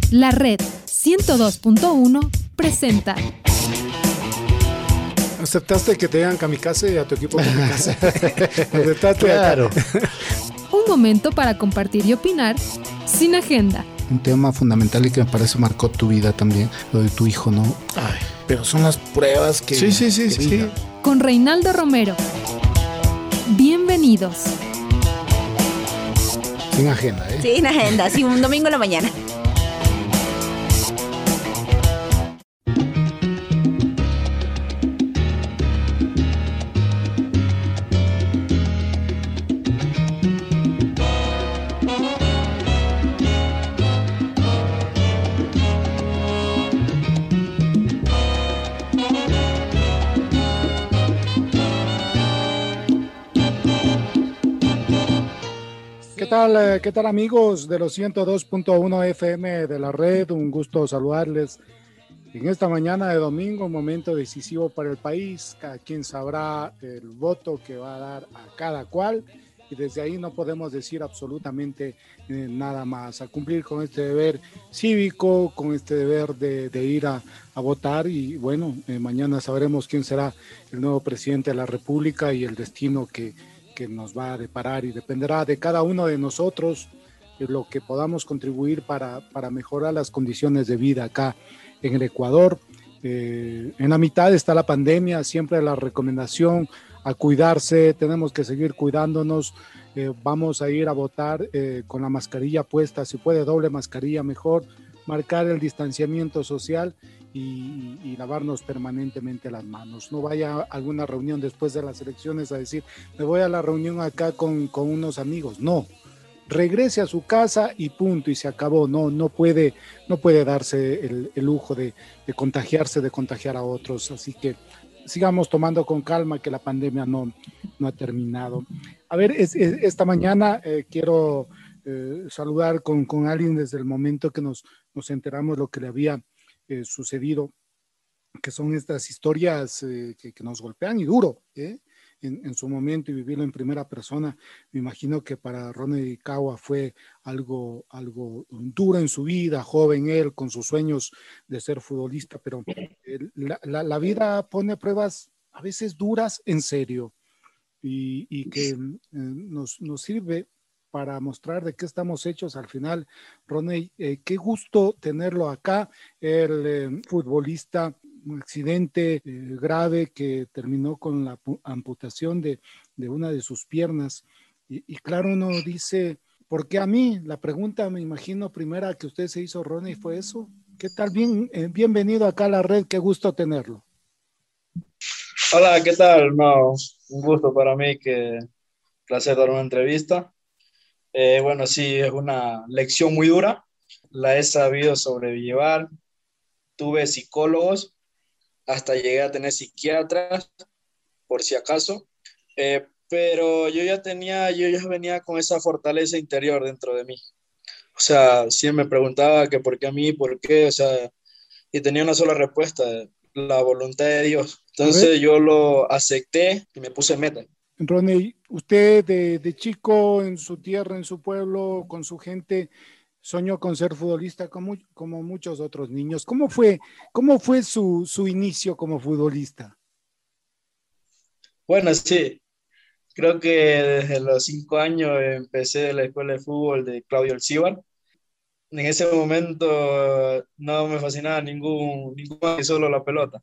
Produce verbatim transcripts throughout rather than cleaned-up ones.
La Red ciento dos punto uno presenta. ¿Aceptaste que te digan kamikaze y a tu equipo kamikaze? ¿Aceptaste? Claro. Un momento para compartir y opinar sin agenda. Un tema fundamental y que me parece marcó tu vida también, lo de tu hijo, ¿no? Ay, pero son las pruebas que... Sí, sí, sí, que sí. diga. Con Reinaldo Romero. Bienvenidos. Sin agenda, ¿eh? Sin agenda, sí, un domingo en la mañana. ¿Qué tal, eh, qué tal amigos de los ciento dos punto uno F M de la red? Un gusto saludarles en esta mañana de domingo, un momento decisivo para el país. Cada quien sabrá el voto que va a dar a cada cual y desde ahí no podemos decir absolutamente eh, nada más. A cumplir con este deber cívico, con este deber de, de ir a, a votar y bueno, eh, mañana sabremos quién será el nuevo presidente de la República y el destino que que nos va a deparar y dependerá de cada uno de nosotros de lo que podamos contribuir para, para mejorar las condiciones de vida acá en el Ecuador. Eh, en la mitad está la pandemia, siempre la recomendación a cuidarse, tenemos que seguir cuidándonos, eh, vamos a ir a votar eh, con la mascarilla puesta, si puede doble mascarilla mejor, marcar el distanciamiento social y, y lavarnos permanentemente las manos. No vaya a alguna reunión después de las elecciones a decir, me voy a la reunión acá con, con unos amigos. No, regrese a su casa y punto, y se acabó. No, no puede, no puede darse el, el lujo de, de contagiarse, de contagiar a otros. Así que sigamos tomando con calma que la pandemia no, no ha terminado. A ver, es, es, esta mañana eh, quiero eh, saludar con, con alguien desde el momento que nos, nos enteramos lo que le había eh, sucedido, que son estas historias eh, que, que nos golpean y duro, ¿eh? En, en su momento y vivirlo en primera persona. Me imagino que para Ronnie Cagua fue algo, algo duro en su vida, joven él, con sus sueños de ser futbolista, pero eh, la, la, la vida pone pruebas a veces duras en serio y, y que eh, nos, nos sirve para mostrar de qué estamos hechos al final. Ronnie, eh, qué gusto tenerlo acá, el eh, futbolista, un accidente eh, grave que terminó con la amputación de, de una de sus piernas. Y, y claro, uno dice, ¿por qué a mí? La pregunta, me imagino, primera que usted se hizo, Ronnie, fue eso. ¿Qué tal? Bien, eh, bienvenido acá a la red, qué gusto tenerlo. Hola, ¿qué tal? No, un gusto para mí, que placer dar una entrevista. Eh, bueno, sí, es una lección muy dura, la he sabido sobrellevar. Tuve psicólogos, hasta llegué a tener psiquiatras, por si acaso, eh, pero yo ya tenía, yo ya venía con esa fortaleza interior dentro de mí. O sea, siempre me preguntaba que por qué a mí, por qué, o sea, y tenía una sola respuesta, la voluntad de Dios. Entonces yo lo acepté y me puse meta. Ronnie, usted de, de chico en su tierra, en su pueblo, con su gente, soñó con ser futbolista como, como muchos otros niños. ¿Cómo fue, cómo fue su, su inicio como futbolista? Bueno, sí, creo que desde los cinco años empecé en la escuela de fútbol de Claudio Alcíbar. En ese momento no me fascinaba ningún, ningún que solo la pelota.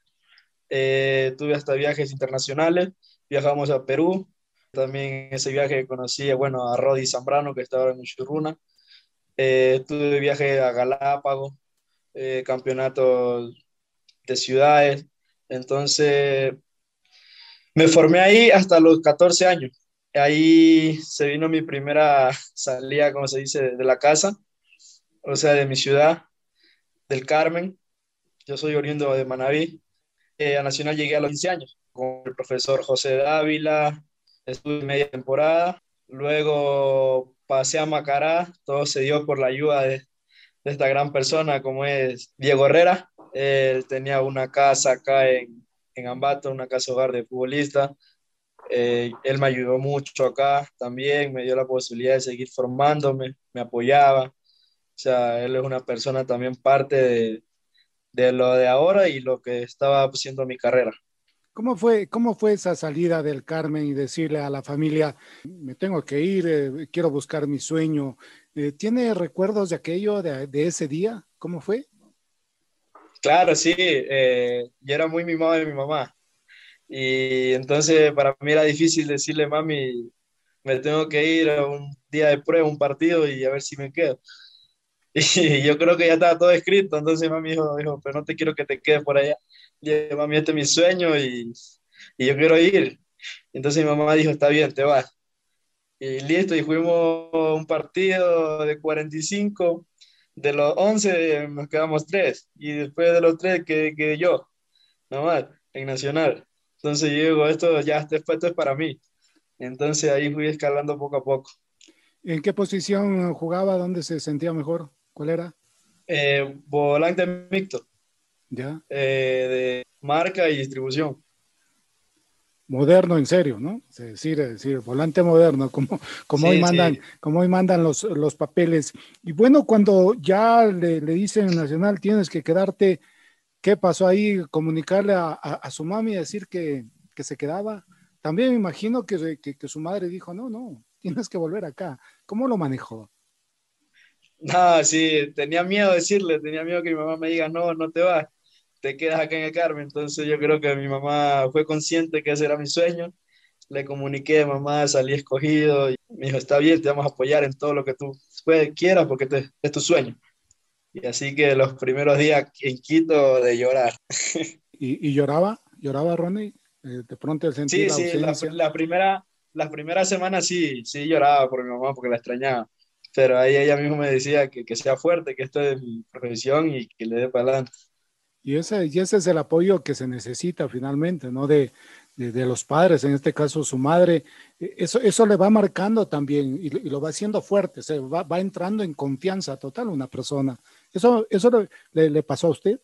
Eh, tuve hasta viajes internacionales, viajamos a Perú. También en ese viaje conocí, bueno, a Rodi Zambrano, que estaba en Ushuruna. Eh, tuve viaje a Galápagos, eh, campeonatos de ciudades. Entonces, me formé ahí hasta los catorce años. Ahí se vino mi primera salida, como se dice, de la casa, o sea, de mi ciudad, del Carmen. Yo soy oriundo de Manabí. Eh, a Nacional llegué a los quince años, con el profesor José Dávila, estuve media temporada. Luego pasé a Macará, todo se dio por la ayuda de, de esta gran persona como es Diego Herrera. Él tenía una casa acá en, en Ambato, una casa hogar de futbolista. Eh, él me ayudó mucho acá también, me dio la posibilidad de seguir formándome, me apoyaba. sea, él es una persona también parte de, de lo de ahora y lo que estaba haciendo mi carrera. ¿Cómo fue, cómo fue esa salida del Carmen y decirle a la familia, me tengo que ir, eh, quiero buscar mi sueño? Eh, ¿tiene recuerdos de aquello, de, de ese día? ¿Cómo fue? Claro, sí, eh, yo era muy mimado de mi mamá y entonces para mí era difícil decirle, mami, me tengo que ir a un día de prueba, un partido y a ver si me quedo. Y yo creo que ya estaba todo escrito, entonces mami dijo, dijo, pero no te quiero que te quedes por allá. Y yo dije, mami, este es mi sueño y, y yo quiero ir. Entonces mi mamá dijo, está bien, te vas. Y listo, y fuimos a un partido de cuarenta y cinco, de los once nos quedamos tres, y después de los tres quedé, quedé yo, nomás, en Nacional. Entonces yo digo, esto ya esto, esto es para mí. Entonces ahí fui escalando poco a poco. ¿En qué posición jugaba? ¿Dónde se sentía mejor? ¿Cuál era? Eh, volante mixto, Ya. eh, de marca y distribución. Moderno, en serio, ¿no? Es decir, es decir, volante moderno, como, como hoy Sí, mandan, sí. como hoy mandan los, los papeles. Y bueno, cuando ya le, le dicen en Nacional, tienes que quedarte, ¿qué pasó ahí? Comunicarle a, a, a su mami y decir que, que se quedaba. También me imagino que, que, que su madre dijo, no, no, tienes que volver acá. ¿Cómo lo manejó? No, sí, tenía miedo de decirle, tenía miedo que mi mamá me diga, no, no te vas, te quedas acá en el Carmen. Entonces yo creo que mi mamá fue consciente que ese era mi sueño. Le comuniqué, mamá, salí escogido y me dijo, está bien, te vamos a apoyar en todo lo que tú puedes, quieras porque te- es tu sueño. Y así que los primeros días en Quito de llorar. ¿Y, y lloraba? ¿Lloraba, Ronnie? Eh, de pronto el sentir Sí, la sí, la, ausencia. la primera, las primeras semanas sí, sí lloraba por mi mamá porque la extrañaba. Pero ahí ella misma me decía que, que sea fuerte, que esto es mi profesión y que le dé para adelante. Y ese, y ese es el apoyo que se necesita finalmente, ¿no? De, de, de los padres, en este caso su madre. Eh, Eso, eso le va marcando también y, lo y lo va haciendo fuerte, se va, va entrando en confianza total una persona. ¿Eso, eso le, le, le pasó a usted?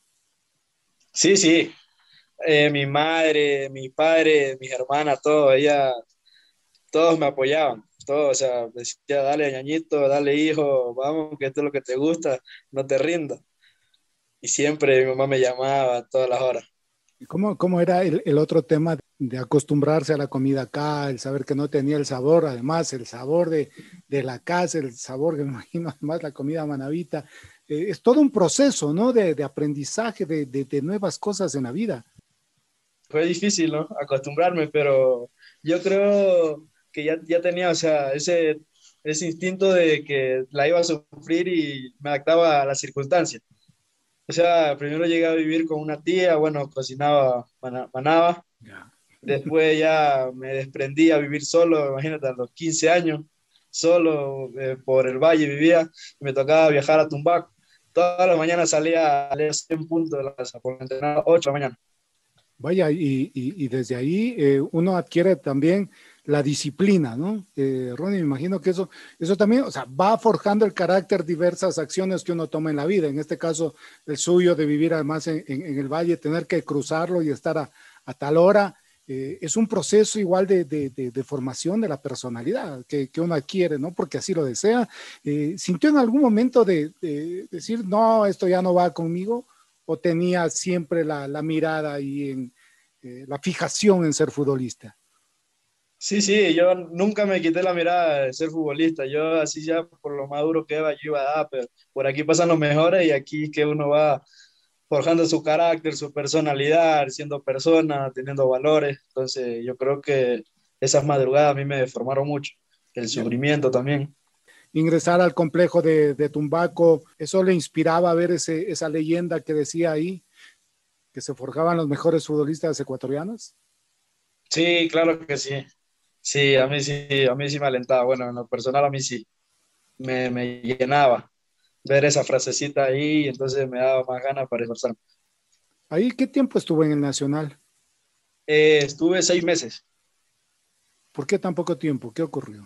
Sí, sí, eh, mi madre, mi padre, mis hermanas, todo, ella, todos me apoyaban, todos, o sea, decía, dale, ñañito, dale, hijo, vamos, que esto es lo que te gusta, no te rindas. Y siempre mi mamá me llamaba a todas las horas. ¿Cómo, cómo era el, el otro tema de acostumbrarse a la comida acá, el saber que no tenía el sabor, además el sabor de, de la casa, el sabor que me imagino, además la comida manabita? Eh, es todo un proceso, ¿no? De, de aprendizaje, de, de, de nuevas cosas en la vida. Fue difícil, ¿no? Acostumbrarme, pero yo creo que ya, ya tenía, o sea, ese, ese instinto de que la iba a sufrir y me adaptaba a las circunstancias. O sea, primero llegué a vivir con una tía, bueno, cocinaba, mana- manaba. Ya. Después ya me desprendí a vivir solo, imagínate, a los quince años, solo eh, por el valle vivía, y me tocaba viajar a Tumbaco. Todas las mañanas salía a las cien puntos de la casa, porque entrenaba ocho de la mañana. Vaya, y, y, y desde ahí eh, uno adquiere también la disciplina, ¿no? Eh, Ronnie, me imagino que eso, eso también, o sea, va forjando el carácter diversas acciones que uno toma en la vida. En este caso, el suyo de vivir además en, en, en el valle, tener que cruzarlo y estar a, a tal hora, eh, es un proceso igual de, de, de, de, formación de la personalidad que, que, uno adquiere, ¿no? Porque así lo desea. Eh, ¿Sintió en algún momento de, de decir, no, esto ya no va conmigo? ¿O tenía siempre la, la mirada y en eh, la fijación en ser futbolista? Sí, sí, yo nunca me quité la mirada de ser futbolista. Yo así ya por lo maduro que era, yo iba a, pero por aquí pasan los mejores y aquí es que uno va forjando su carácter, su personalidad, siendo persona, teniendo valores. Entonces yo creo que esas madrugadas a mí me formaron mucho. El Ya. sufrimiento también. Ingresar al complejo de, de Tumbaco, eso le inspiraba a ver ese, esa leyenda que decía ahí, que se forjaban los mejores futbolistas ecuatorianos. Sí, claro que sí. Sí, a mí sí, a mí sí me alentaba. Bueno, en lo personal a mí sí, me, me llenaba ver esa frasecita ahí, y entonces me daba más ganas para esforzarme. Ahí, ¿qué tiempo estuvo en el Nacional? Eh, estuve seis meses, ¿Por qué tan poco tiempo? ¿Qué ocurrió?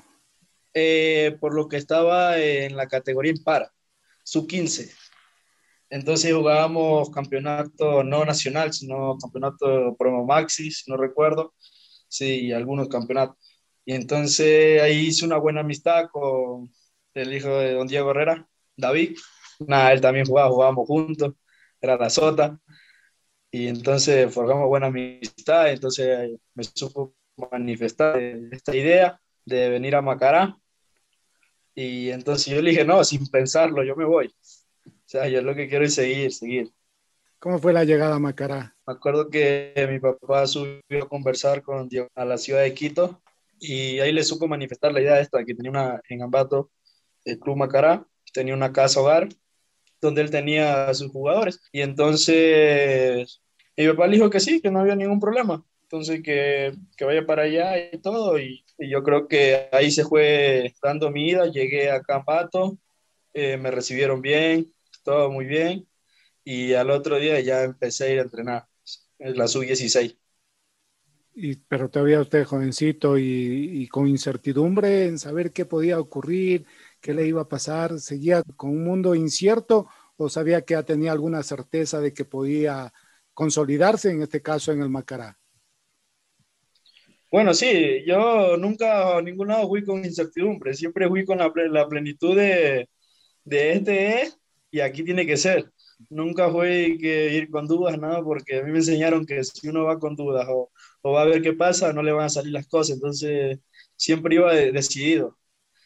eh, por lo que estaba en la categoría impar, sub quince. Entonces jugábamos campeonato no nacional, sino campeonato Promo Maxi, si no recuerdo, sí, algunos campeonatos. Y entonces ahí hice una buena amistad con el hijo de don Diego Herrera. David. Nada, él también jugaba, jugábamos juntos, era la sota, y entonces formamos buena amistad, entonces me supo manifestar esta idea de venir a Macará, y entonces yo le dije, no, sin pensarlo, yo me voy. O sea, yo lo que quiero es seguir, seguir. ¿Cómo fue la llegada a Macará? Me acuerdo que mi papá subió a conversar con Diego a la ciudad de Quito, y ahí le supo manifestar la idea esta, que tenía una, en Ambato, el Club Macará, tenía una casa hogar, donde él tenía a sus jugadores. Y entonces mi papá le dijo que sí, que no había ningún problema. Entonces que, que vaya para allá y todo. Y, y yo creo que ahí se fue dando mi ida. Llegué a Cambato, eh, me recibieron bien, todo muy bien. Y al otro día ya empecé a ir a entrenar en la sub dieciséis. Y, pero todavía usted jovencito y, y con incertidumbre en saber qué podía ocurrir, qué le iba a pasar, ¿seguía con un mundo incierto o sabía que ya tenía alguna certeza de que podía consolidarse, en este caso en el Macará? Bueno, sí, yo nunca a ningún lado fui con incertidumbre, siempre fui con la, la plenitud de, de este es y aquí tiene que ser. Nunca fue que ir con dudas, nada, porque a mí me enseñaron que si uno va con dudas o, o va a ver qué pasa, no le van a salir las cosas. Entonces, siempre iba de, decidido.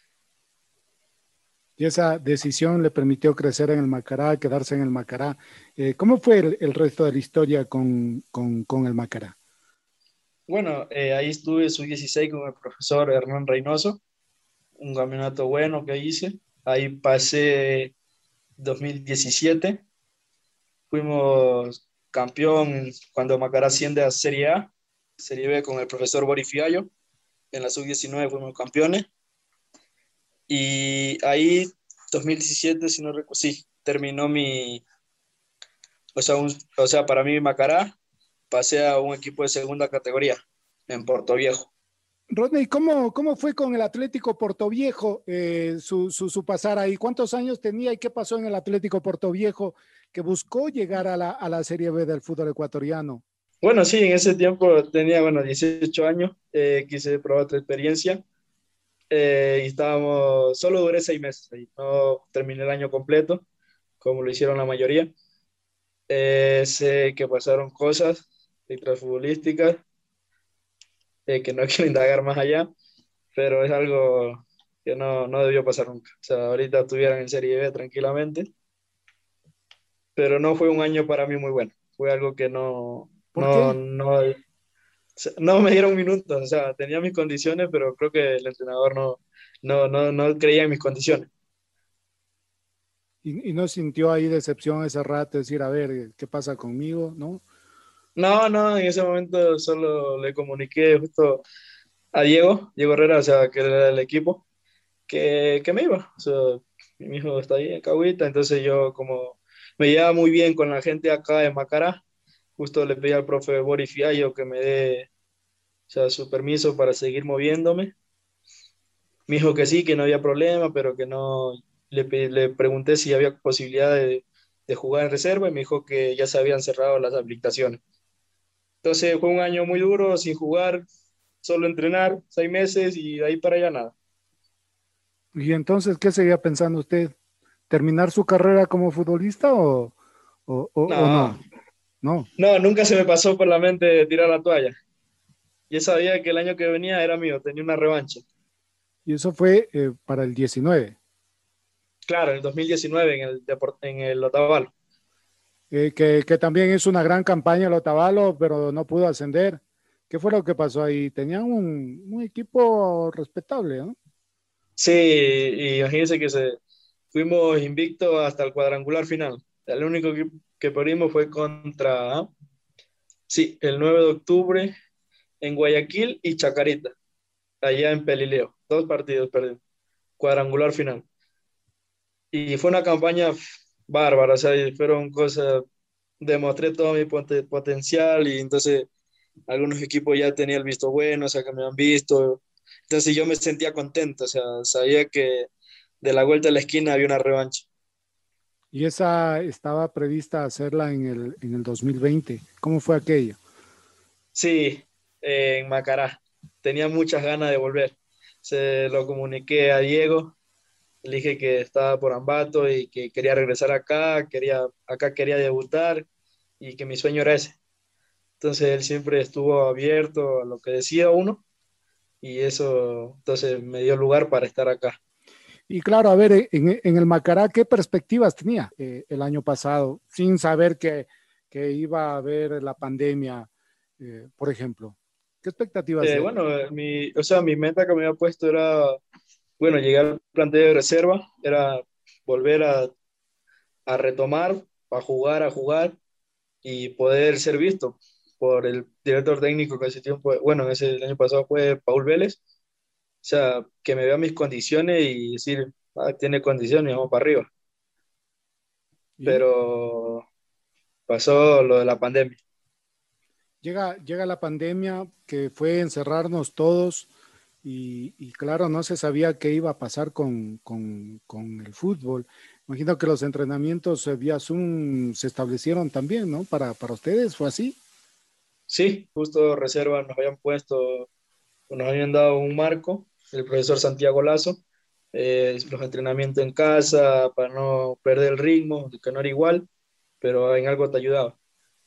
Y esa decisión le permitió crecer en el Macará, quedarse en el Macará. Eh, ¿Cómo fue el, el resto de la historia con, con, con el Macará? Bueno, eh, ahí estuve sub dieciséis con el profesor Hernán Reynoso, un campeonato bueno que hice. Ahí pasé dos mil diecisiete, fuimos campeón cuando Macará asciende a Serie A, Serie B con el profesor Boris Fiallo. En la sub diecinueve fuimos campeones. Y ahí, dos mil diecisiete, si no recuerdo, sí, terminó mi, o sea, un, o sea, para mí Macará, pasé a un equipo de segunda categoría en Portoviejo. Rodney, ¿cómo, cómo fue con el Atlético Portoviejo eh, su, su, su pasar ahí? ¿Cuántos años tenía y qué pasó en el Atlético Portoviejo que buscó llegar a la, a la Serie B del fútbol ecuatoriano? Bueno, sí, en ese tiempo tenía, bueno, dieciocho años, eh, quise probar otra experiencia, eh, y estábamos, solo duré seis meses ahí, no terminé el año completo, como lo hicieron la mayoría. Eh, sé que pasaron cosas extrafutbolísticas, eh, que no quiero indagar más allá, pero es algo que no, no debió pasar nunca. O sea, ahorita estuvieran en Serie B tranquilamente, pero no fue un año para mí muy bueno. Fue algo que no, ¿Por no, qué? no, no me dieron minutos. O sea, tenía mis condiciones, pero creo que el entrenador no, no, no, no creía en mis condiciones. Y, y no sintió ahí decepción ese rato, decir, a ver, ¿qué pasa conmigo? ¿No? No, no, en ese momento solo le comuniqué justo a Diego, Diego Herrera, o sea, que era el equipo, que, que me iba. O sea, mi hijo está ahí en Cahuita, entonces yo como me llevaba muy bien con la gente acá en Macará, justo le pedí al profe Boris Fiallo que me dé, o sea, su permiso para seguir moviéndome. Me dijo que sí, que no había problema, pero que no, le, pe- le pregunté si había posibilidad de, de jugar en reserva y me dijo que ya se habían cerrado las habilitaciones. Entonces fue un año muy duro, sin jugar, solo entrenar, seis meses y de ahí para allá nada. Y entonces, ¿qué seguía pensando usted? ¿Terminar su carrera como futbolista o, o, o, o No, no? No. no, nunca se me pasó por la mente tirar la toalla. Yo sabía que el año que venía era mío, tenía una revancha. Y eso fue eh, para el diecinueve, Claro, en el dos mil diecinueve en el, Depor- en el Otavalo. eh, que, que también es una gran campaña el Otavalo, pero no pudo ascender. ¿Qué fue lo que pasó ahí? Tenían un, un equipo respetable, ¿no? Sí, y imagínense que se, fuimos invictos hasta el cuadrangular final. El único que, que perdimos fue contra, ¿ah? Sí, el nueve de octubre en Guayaquil y Chacarita, allá en Pelileo. Dos partidos perdimos, cuadrangular final. Y fue una campaña pf, bárbara, o sea, y fueron cosas, demostré todo mi pot- potencial y entonces algunos equipos ya tenían el visto bueno, o sea, que me han visto. Entonces yo me sentía contento, o sea, sabía que de la vuelta a la esquina había una revancha. Y esa estaba prevista hacerla en el, en el dos mil veinte. ¿Cómo fue aquello? Sí, eh, en Macará. Tenía muchas ganas de volver. Se lo comuniqué a Diego Le dije que estaba por Ambato y que quería regresar acá, quería, acá quería debutar y que mi sueño era ese. Entonces él siempre estuvo abierto a lo que decía uno y eso entonces me dio lugar para estar acá. Y claro, a ver, en, en el Macará, ¿qué perspectivas tenía eh, el año pasado, sin saber que, que iba a haber la pandemia, eh, por ejemplo? ¿Qué expectativas Eh, de? bueno, mi, o sea, mi meta que me había puesto era, bueno, llegar al plantel de reserva, era volver a, a retomar, a jugar, a jugar y poder ser visto por el director técnico que ese tiempo, bueno, en ese el año pasado fue Paul Vélez. O sea, que me vea mis condiciones y decir, ah, tiene condiciones, vamos para arriba. ¿Y? Pero pasó lo de la pandemia. Llega, llega la pandemia que fue encerrarnos todos y, y claro, no se sabía qué iba a pasar con, con, con el fútbol. Imagino que los entrenamientos eh, vía Zoom se establecieron también, ¿no? Para, para ustedes, ¿fue así? Sí, justo reserva nos habían puesto, nos habían dado un marco, el profesor Santiago Lazo, eh, los entrenamientos en casa para no perder el ritmo, que no era igual, pero en algo te ayudaba.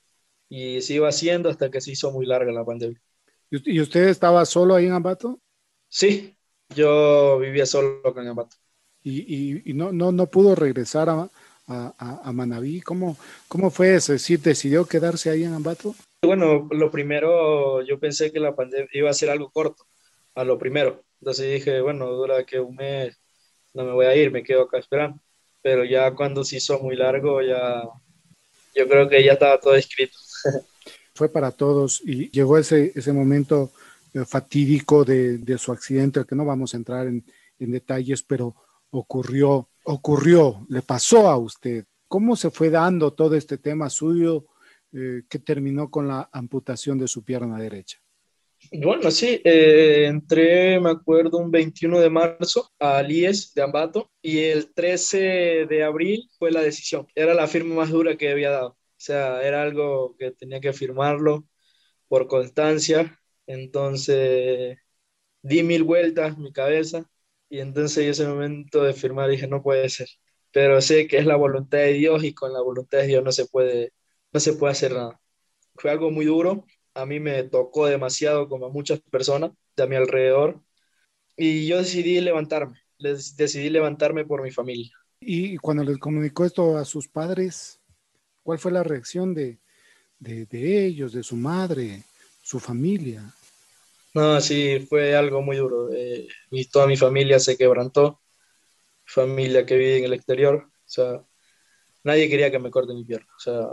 Y se iba haciendo hasta que se hizo muy larga la pandemia. ¿Y y usted estaba solo ahí en Ambato? Sí, yo vivía solo acá en Ambato. Y, y, y no, no, no pudo regresar a, a, a Manabí. ¿Cómo, cómo fue eso? Es decir, ¿decidió quedarse ahí en Ambato? Bueno, lo primero, yo pensé que la pandemia iba a ser algo corto, a lo primero. Entonces dije, bueno, dura que un mes, no me voy a ir, me quedo acá esperando. Pero ya cuando se hizo muy largo, ya yo creo que ya estaba todo escrito. Fue para todos y llegó ese, ese momento eh, fatídico de, de su accidente, al que no vamos a entrar en, en detalles, pero ocurrió, ocurrió, le pasó a usted. ¿Cómo se fue dando todo este tema suyo eh, que terminó con la amputación de su pierna derecha? Bueno, sí, eh, entré, me acuerdo, un veintiuno de marzo al I E S de Ambato y el trece de abril fue la decisión. Era la firma más dura que había dado. O sea, era algo que tenía que firmarlo por constancia. Entonces di mil vueltas en mi cabeza y entonces en ese momento de firmar dije, no puede ser. Pero sé que es la voluntad de Dios y con la voluntad de Dios no se puede, no se puede hacer nada. Fue algo muy duro, a mí me tocó demasiado como a muchas personas de a mi alrededor y yo decidí levantarme, les, decidí levantarme por mi familia. Y cuando les comunicó esto a sus padres, ¿cuál fue la reacción de, de, de ellos, de su madre, su familia? No, sí, fue algo muy duro. Eh, y toda mi familia se quebrantó, familia que vive en el exterior, o sea, nadie quería que me corte mi pierna, o sea,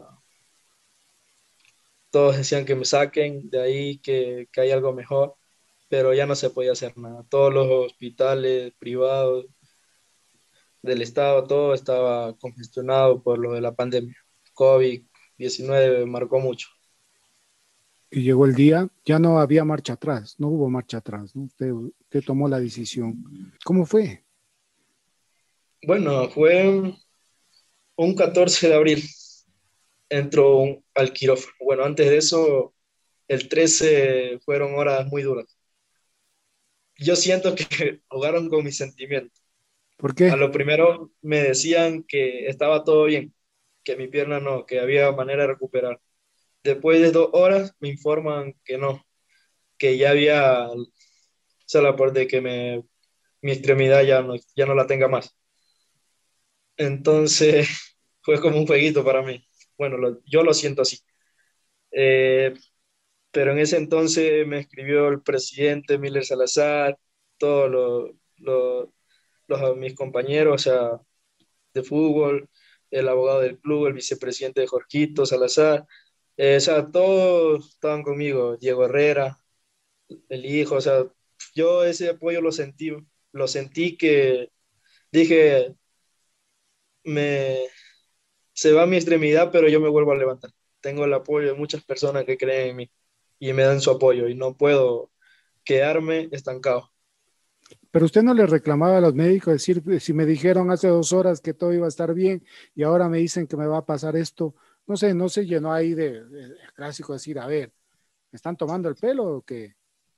todos decían que me saquen de ahí, que, que hay algo mejor, pero ya no se podía hacer nada. Todos los hospitales privados del estado, todo estaba congestionado por lo de la pandemia. COVID diecinueve marcó mucho. Y llegó el día, ya no había marcha atrás, no hubo marcha atrás, ¿no? Usted, usted tomó la decisión. ¿Cómo fue? Bueno, fue un catorce de abril, entró un- al quirófano. Bueno, antes de eso, el trece fueron horas muy duras. Yo siento que jugaron con mis sentimientos. ¿Por A qué? lo primero me decían que estaba todo bien, que mi pierna no, que había manera de recuperar. Después de dos horas me informan que no, que ya había, o sea, la parte de que me, mi extremidad ya no, ya no la tenga más. Entonces fue como un jueguito para mí. Bueno, lo- yo lo siento así. Eh, pero en ese entonces me escribió el presidente Miller Salazar, todos los, los, los- mis compañeros, o sea, de fútbol, el abogado del club, el vicepresidente de Jorquito Salazar, eh, o sea, todos estaban conmigo, Diego Herrera, el hijo, o sea, yo ese apoyo lo sentí, lo sentí que dije, me, se va mi extremidad, pero yo me vuelvo a levantar. Tengo el apoyo de muchas personas que creen en mí y me dan su apoyo y no puedo quedarme estancado. Pero usted no le reclamaba a los médicos, decir, si me dijeron hace dos horas que todo iba a estar bien y ahora me dicen que me va a pasar esto, no sé, no se llenó ahí de, de, de clásico decir, a ver, ¿me están tomando el pelo o qué?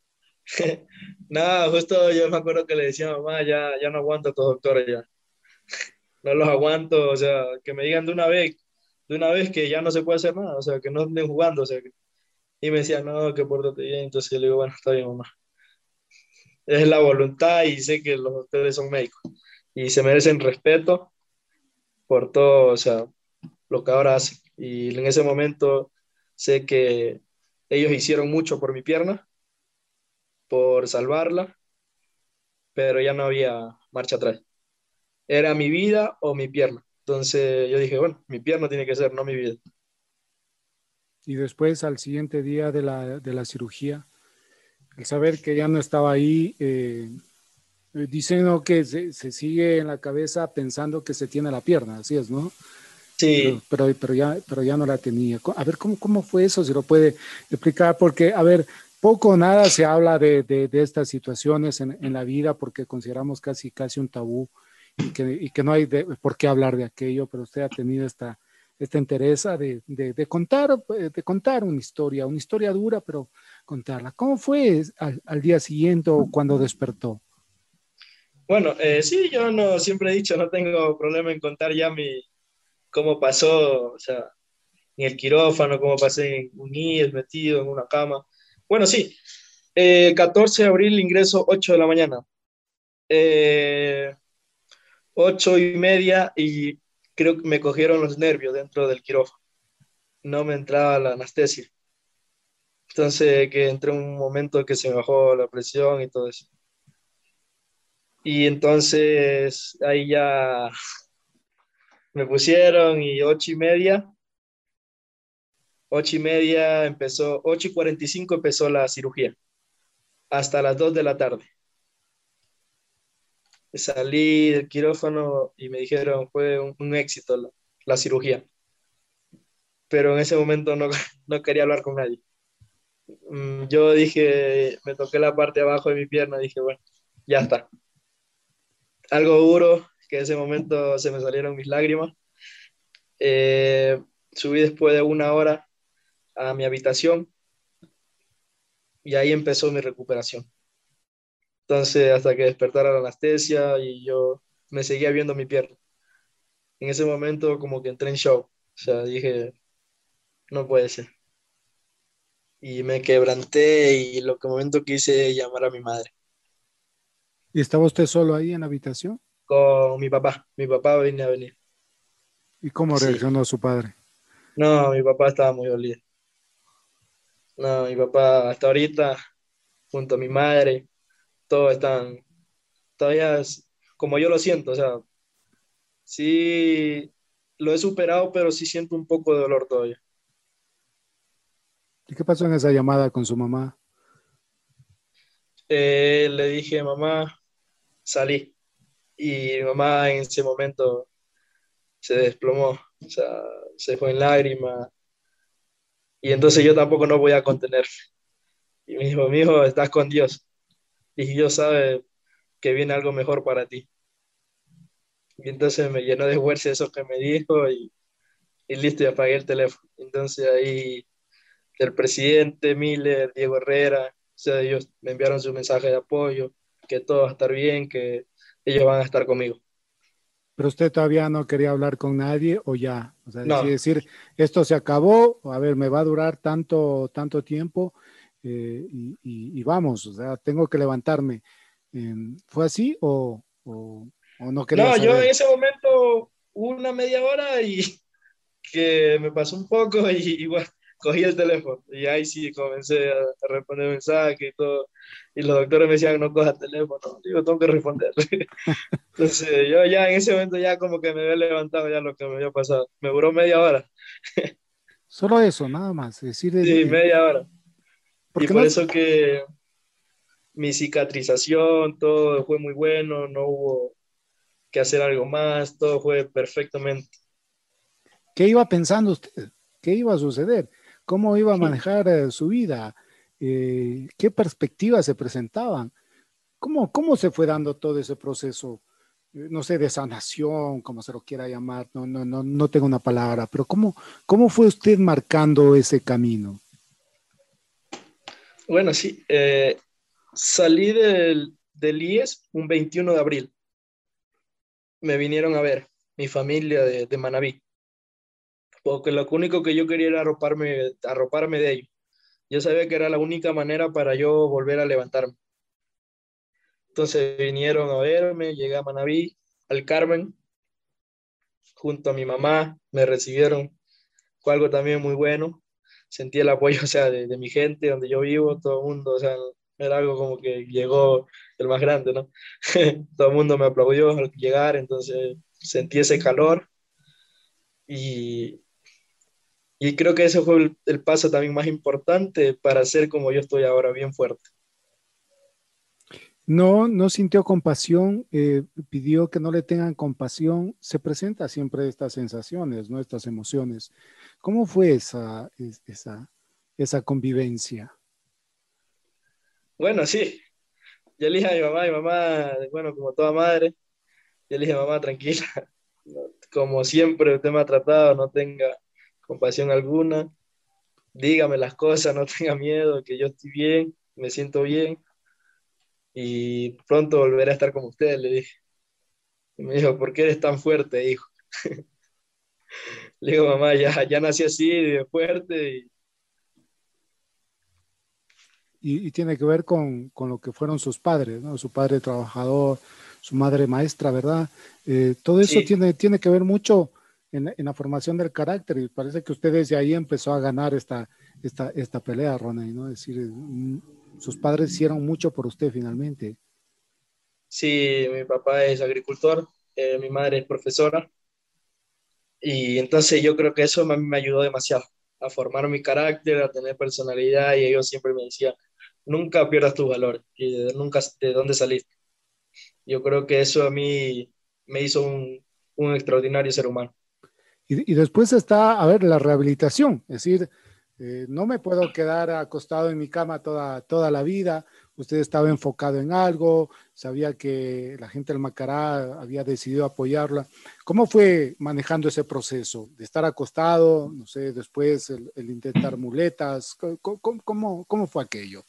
Nada, justo yo me acuerdo que le decía a mamá, ya, ya no aguanto a estos doctores ya. No los aguanto, o sea, que me digan de una vez, de una vez que ya no se puede hacer nada, o sea, que no anden jugando, o sea, que- y me decía, no, que pórtate bien, entonces yo le digo, bueno, está bien, mamá. Es la voluntad y sé que los doctores son médicos y se merecen respeto por todo, o sea, lo que ahora hacen. Y en ese momento sé que ellos hicieron mucho por mi pierna, por salvarla, pero ya no había marcha atrás. Era mi vida o mi pierna. Entonces yo dije, bueno, mi pierna tiene que ser, no mi vida. Y después, al siguiente día de la, de la cirugía, el saber que ya no estaba ahí, eh, dicen, ¿no?, que se, se sigue en la cabeza pensando que se tiene la pierna, así es, ¿no? Pero, Sí, pero, pero, ya, pero ya no la tenía. A ver, ¿cómo, cómo fue eso? Si lo puede explicar, porque, a ver, poco o nada se habla de, de, de estas situaciones en, en, la vida porque consideramos casi, casi un tabú y que, y que no hay de, por qué hablar de aquello, pero usted ha tenido esta, esta entereza de, de, de, contar, de contar una historia, una historia dura, pero contarla. ¿Cómo fue al, al día siguiente o cuando despertó? bueno, eh, sí, yo no siempre he dicho, no tengo problema en contar ya mi, cómo pasó, o sea, en el quirófano, cómo pasé en un I E S metido en una cama. Bueno, sí, eh, catorce de abril ingreso ocho de la mañana. Eh, ocho y media y creo que me cogieron los nervios dentro del quirófano. No me entraba la anestesia. Entonces que entré en un momento que se me bajó la presión y todo eso. Y entonces ahí ya me pusieron y ocho y media, ocho y media empezó, ocho y cuarenta y cinco empezó la cirugía, hasta las dos de la tarde. Salí del quirófano y me dijeron fue un, un éxito la, la cirugía, pero en ese momento no, no quería hablar con nadie. Mm, Yo dije, me toqué la parte de abajo de mi pierna, dije, bueno, ya está. Algo duro, que en ese momento se me salieron mis lágrimas. Eh, Subí después de una hora a mi habitación y ahí empezó mi recuperación. Entonces, hasta que despertara la anestesia y yo me seguía viendo mi pierna. En ese momento como que entré en shock. O sea, dije, no puede ser. Y me quebranté y lo que momento quise llamar a mi madre. ¿Y estaba usted solo ahí en la habitación? Con mi papá. Mi papá venía a venir. ¿Y cómo Sí. reaccionó su padre? No, mi papá estaba muy dolido. No, mi papá hasta ahorita, junto a mi madre, todos están, todavía es como yo lo siento, o sea, sí lo he superado, pero sí siento un poco de dolor todavía. ¿Y qué pasó en esa llamada con su mamá? Eh, le dije, mamá, salí, y mi mamá en ese momento se desplomó, o sea, se fue en lágrimas, y entonces yo tampoco no voy a contener. Y me dijo, mi hijo, estás con Dios, y Dios sabe que viene algo mejor para ti. Y entonces me llenó de fuerza eso que me dijo, y y listo, y apagué el teléfono. Entonces ahí el presidente Miller, Diego Herrera, o sea, ellos me enviaron su mensaje de apoyo, que todo va a estar bien, que ellos van a estar conmigo. ¿Pero usted todavía no quería hablar con nadie o ya? O sea, decir, No, decir esto se acabó, a ver, me va a durar tanto, tanto tiempo eh, y, y, y, vamos, o sea, tengo que levantarme. Eh, ¿Fue así o, o, o no quería no, yo en saber? ese momento una media hora y que me pasó un poco y igual cogí el teléfono y ahí sí comencé a, a responder mensajes y todo. Y los doctores me decían, no cojas el teléfono, digo, tengo que responder. Entonces yo ya en ese momento ya como que me había levantado ya lo que me había pasado. Me duró media hora. Solo eso, nada más, es decir, Sí, eh, media hora. Y porque por no, eso que mi cicatrización, todo fue muy bueno, no hubo que hacer algo más, todo fue perfectamente. ¿qué iba pensando usted? ¿Qué iba a suceder? ¿Cómo iba a manejar eh, su vida? Eh, ¿Qué perspectivas se presentaban? ¿Cómo, ¿Cómo se fue dando todo ese proceso? Eh, No sé, de sanación, como se lo quiera llamar, no, no, no, no tengo una palabra, pero ¿cómo, ¿cómo fue usted marcando ese camino? Bueno, sí, eh, Salí del, del I E S un veintiuno de abril. Me vinieron a ver mi familia de, de Manabí, porque lo único que yo quería era arroparme, arroparme de ellos. Yo sabía que era la única manera para yo volver a levantarme. Entonces vinieron a verme, llegué a Manabí, al Carmen, junto a mi mamá, me recibieron, fue algo también muy bueno. Sentí el apoyo, o sea, de, de mi gente, donde yo vivo, todo el mundo, o sea, era algo como que llegó el más grande, ¿no? Todo el mundo me aplaudió al llegar, entonces sentí ese calor y, y creo que ese fue el, el paso también más importante para ser como yo estoy ahora, bien fuerte. No, no sintió compasión, eh, pidió que no le tengan compasión. Se presenta siempre estas sensaciones, ¿no? Estas emociones. ¿Cómo fue esa, es- esa, esa convivencia? Bueno, sí, yo le dije a mi mamá, mi mamá, bueno, como toda madre, yo le dije, mamá, tranquila, no- como siempre usted me ha tratado, no tenga compasión alguna, dígame las cosas, no tenga miedo, que yo estoy bien, me siento bien y pronto volveré a estar con usted, le dije. Y me dijo, ¿por qué eres tan fuerte, hijo? Le digo, mamá, ya, ya nací así, de fuerte. Y Y, y tiene que ver con, con lo que fueron sus padres, ¿no? Su padre trabajador, su madre maestra, ¿verdad? Eh, todo eso sí, tiene, tiene que ver mucho en, en la formación del carácter y parece que usted desde ahí empezó a ganar esta, esta, esta pelea, Ronnie, ¿no? Es decir, mm, sus padres hicieron mucho por usted finalmente. sí, mi papá es agricultor, eh, mi madre es profesora. Y entonces yo creo que eso me, me ayudó demasiado a formar mi carácter, a tener personalidad. Y ellos siempre me decían, nunca pierdas tus valores y de, nunca de dónde saliste. Yo creo que eso a mí me hizo un, un extraordinario ser humano. Y, y después está, a ver, la rehabilitación, es decir, eh, no me puedo quedar acostado en mi cama toda, toda la vida. Usted estaba enfocado en algo, sabía que la gente del Macará había decidido apoyarla. ¿Cómo fue manejando ese proceso de estar acostado, no sé, después el, el intentar muletas? ¿Cómo, cómo, cómo fue aquello?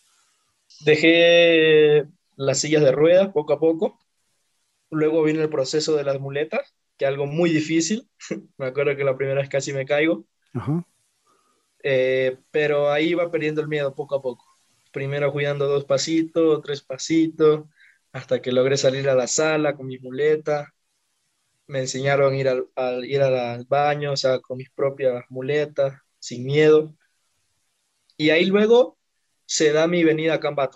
Dejé las sillas de ruedas poco a poco. Luego vino el proceso de las muletas, que es algo muy difícil. Me acuerdo que la primera vez casi me caigo. Ajá. Eh, pero ahí iba perdiendo el miedo poco a poco. Primero cuidando dos pasitos, tres pasitos, hasta que logré salir a la sala con mi muleta. Me enseñaron a ir al, al- ir al al baño, o sea, con mis propias muletas, sin miedo. Y ahí luego se da mi venida a Cambato.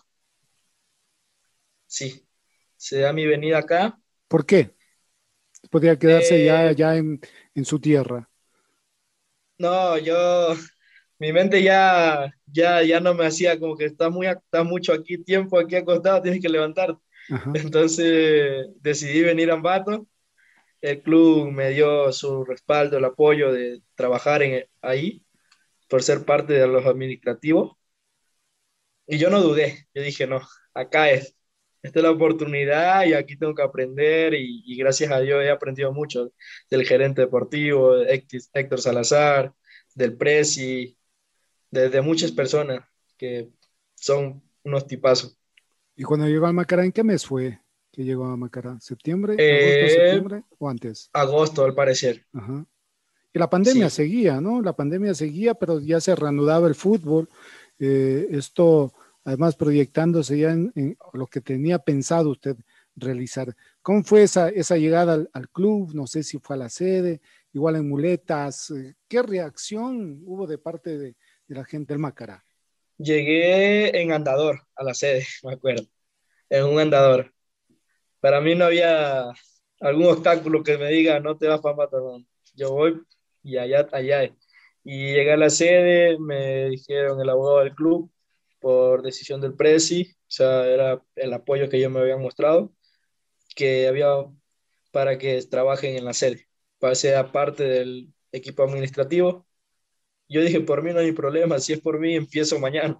Sí, se da mi venida acá. ¿Por qué? Podría quedarse ya, Eh, ya en, en su tierra. no, yo, mi mente ya, ya, ya no me hacía como que está muy, está mucho aquí, tiempo aquí acostado, tienes que levantarte. Ajá. Entonces decidí venir a Ambato. El club me dio su respaldo, el apoyo de trabajar en, ahí por ser parte de los administrativos. Y yo no dudé, yo dije, no, acá es, esta es la oportunidad y aquí tengo que aprender y, y gracias a Dios he aprendido mucho del gerente deportivo, de Héctor Héctor Salazar, del Presi, de, de muchas personas que son unos tipazos. Y cuando llegó a Macará, ¿en qué mes fue que llegó a Macará? ¿Septiembre, agosto, Eh, septiembre o antes? agosto, al parecer, Ajá. Y la pandemia sí. seguía, ¿no? La pandemia seguía, pero ya se reanudaba el fútbol. Eh, esto, además, proyectándose ya en, en lo que tenía pensado usted realizar. ¿Cómo fue esa, esa llegada al, al club? No sé si fue a la sede, igual en muletas. Eh, ¿Qué reacción hubo de parte de, de la gente del Macará? Llegué en andador a la sede, me acuerdo, en un andador. Para mí no había algún obstáculo que me diga, no te vas para Matarón. Yo voy y allá, allá es. Y llegué a la sede, me dijeron el abogado del club, por decisión del presi, o sea, era el apoyo que ellos me habían mostrado, que había para que trabajen en la sede, para ser parte del equipo administrativo. Yo dije, por mí no hay problema, si es por mí, empiezo mañana.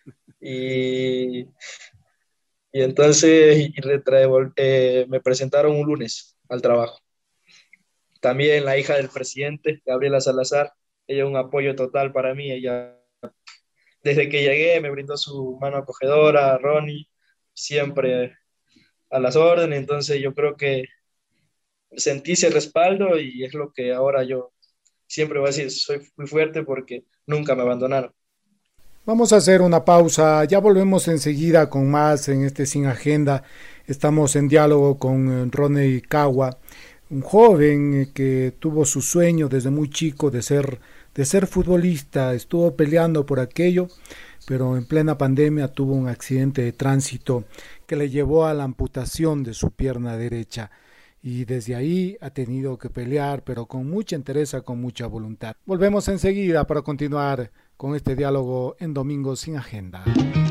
Y Y entonces y retrae- eh, me presentaron un lunes al trabajo. También la hija del presidente, Gabriela Salazar, ella es un apoyo total para mí. Ella, desde que llegué, me brindó su mano acogedora, Ronnie. siempre a las órdenes, entonces yo creo que sentí ese respaldo y es lo que ahora yo siempre voy a decir, soy muy fuerte porque nunca me abandonaron. Vamos a hacer una pausa, ya volvemos enseguida con más en este Sin Agenda. Estamos en diálogo con Ronnie Cagua, un joven que tuvo su sueño desde muy chico de ser, de ser futbolista, estuvo peleando por aquello, pero en plena pandemia tuvo un accidente de tránsito que le llevó a la amputación de su pierna derecha. Y desde ahí ha tenido que pelear, pero con mucha entereza, con mucha voluntad. Volvemos enseguida para continuar con este diálogo en Domingo Sin Agenda.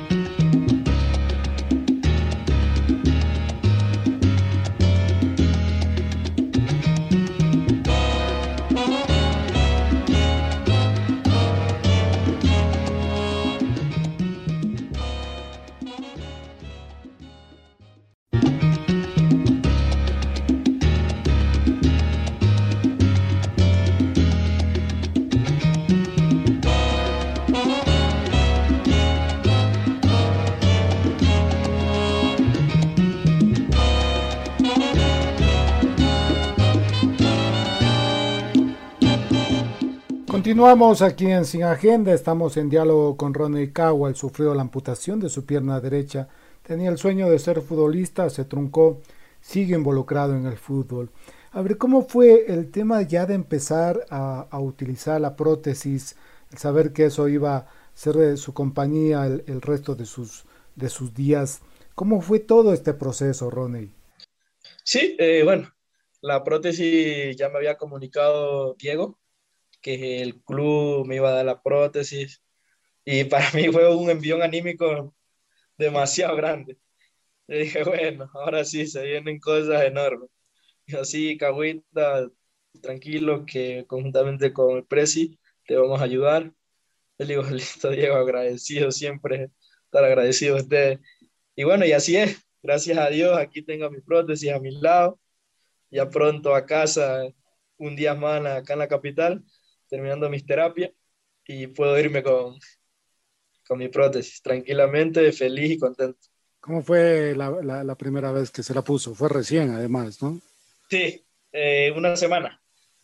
Continuamos aquí en Sin Agenda, estamos en diálogo con Ronnie Cagua. Él sufrió la amputación de su pierna derecha, tenía el sueño de ser futbolista, se truncó, sigue involucrado en el fútbol. A ver, ¿cómo fue el tema ya de empezar a, a utilizar la prótesis, el saber que eso iba a ser de su compañía el, el resto de sus, de sus días? ¿Cómo fue todo este proceso, Ronnie? Sí, eh, bueno, la prótesis ya me había comunicado Diego, que el club me iba a dar la prótesis y para mí fue un envión anímico demasiado grande. Yo dije, bueno, ahora sí, se vienen cosas enormes. Y así, Cagüita, tranquilo, que conjuntamente con el Presi te vamos a ayudar. Le digo, listo, Diego, agradecido siempre, estar agradecido a usted. Y bueno, y así es, gracias a Dios, aquí tengo mi prótesis a mi lado, ya pronto a casa, un día más acá en la capital, terminando mis terapias y puedo irme con, con mi prótesis tranquilamente, feliz y contento. ¿Cómo fue la, la, la primera vez que se la puso? Fue recién, además, ¿no? Sí, eh, una semana.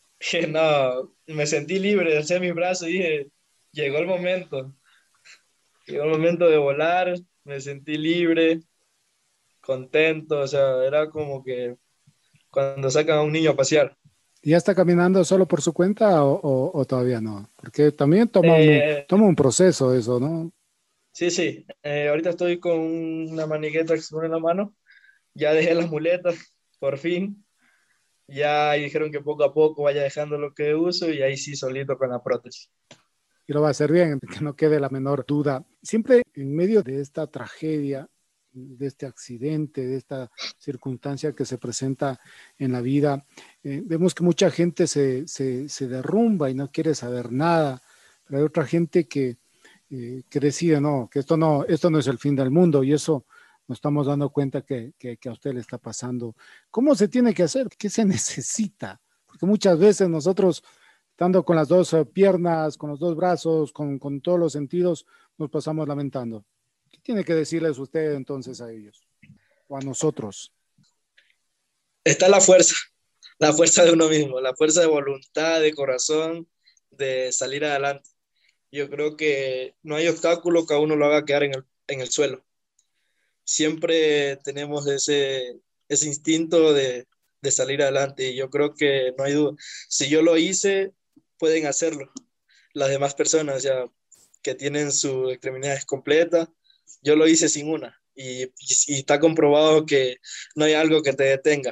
No, me sentí libre de hacer mis brazos y dije, llegó el momento, llegó el momento de volar, me sentí libre, contento, o sea, era como que cuando sacan a un niño a pasear. ¿Y ya está caminando solo por su cuenta o, o, o todavía no? Porque también toma un, Eh, toma un proceso eso, ¿no? sí, sí, eh, ahorita estoy con una manigueta que se pone en la mano, ya dejé las muletas, por fin, ya dijeron que poco a poco vaya dejando lo que uso y ahí sí solito con la prótesis. Y lo va a hacer bien, que no quede la menor duda. Siempre en medio de esta tragedia, de este accidente, de esta circunstancia que se presenta en la vida, eh, vemos que mucha gente se, se, se derrumba y no quiere saber nada, pero hay otra gente que, eh, que decide, no, que esto no, esto no es el fin del mundo, y eso nos estamos dando cuenta que, que, que a usted le está pasando. ¿Cómo se tiene que hacer? ¿Qué se necesita? Porque muchas veces nosotros, estando con las dos uh, piernas, con los dos brazos, con, con todos los sentidos, nos pasamos lamentando. ¿Qué tiene que decirles usted entonces a ellos? O a nosotros. Está la fuerza, la fuerza de uno mismo, la fuerza de voluntad, de corazón, de salir adelante. Yo creo que no hay obstáculo que a uno lo haga quedar en el, en el suelo. Siempre tenemos ese, ese instinto de, de salir adelante y yo creo que no hay duda. Si yo lo hice, pueden hacerlo las demás personas ya que tienen sus extremidades completas. Yo lo hice sin una y, y, y está comprobado que no hay algo que te detenga.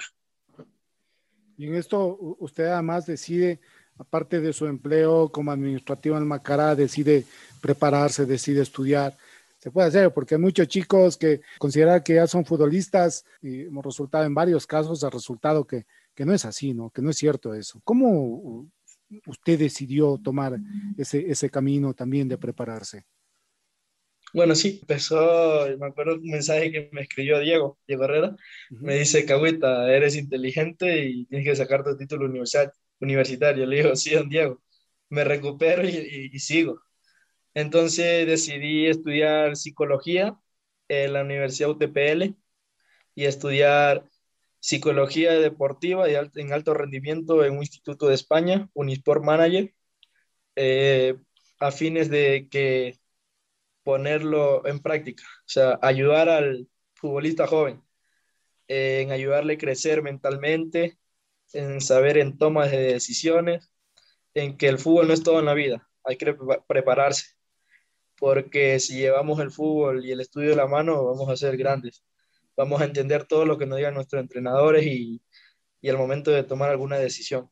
Y en esto usted además decide, aparte de su empleo como administrativo en Macará, decide prepararse, decide estudiar. Se puede hacer porque hay muchos chicos que consideran que ya son futbolistas y hemos resultado en varios casos, ha resultado que, que no es así, ¿no? Que no es cierto eso. ¿Cómo usted decidió tomar ese, ese camino también de prepararse? Bueno, sí, empezó, me acuerdo un mensaje que me escribió Diego, Diego Herrera, uh-huh. Me dice, Cagüita, eres inteligente y tienes que sacar tu título universitario. Le digo, sí, don Diego, me recupero y, y, y sigo. Entonces decidí estudiar psicología en la Universidad U T P L y estudiar psicología deportiva y alt- en alto rendimiento en un instituto de España, Unisport Manager, eh, a fines de que ponerlo en práctica, o sea, ayudar al futbolista joven, eh, en ayudarle a crecer mentalmente, en saber en tomas de decisiones, en que el fútbol no es todo en la vida, hay que pre- prepararse, porque si llevamos el fútbol y el estudio de la mano, vamos a ser grandes, vamos a entender todo lo que nos digan nuestros entrenadores y, y al momento de tomar alguna decisión.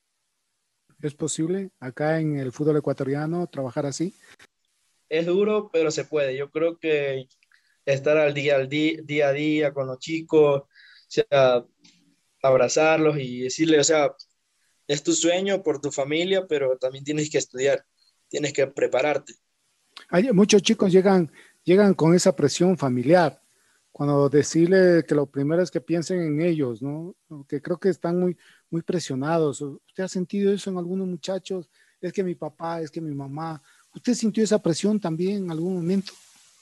¿Es posible acá en el fútbol ecuatoriano trabajar así? Es duro, pero se puede. Yo creo que estar al día, al día, día a día con los chicos, o sea, abrazarlos y decirle, o sea, es tu sueño por tu familia, pero también tienes que estudiar, tienes que prepararte. Hay, muchos chicos llegan, llegan con esa presión familiar, cuando decirle que lo primero es que piensen en ellos, ¿no? Que creo que están muy, muy presionados. ¿Usted ha sentido eso en algunos muchachos? Es que mi papá, es que mi mamá. ¿Usted sintió esa presión también en algún momento?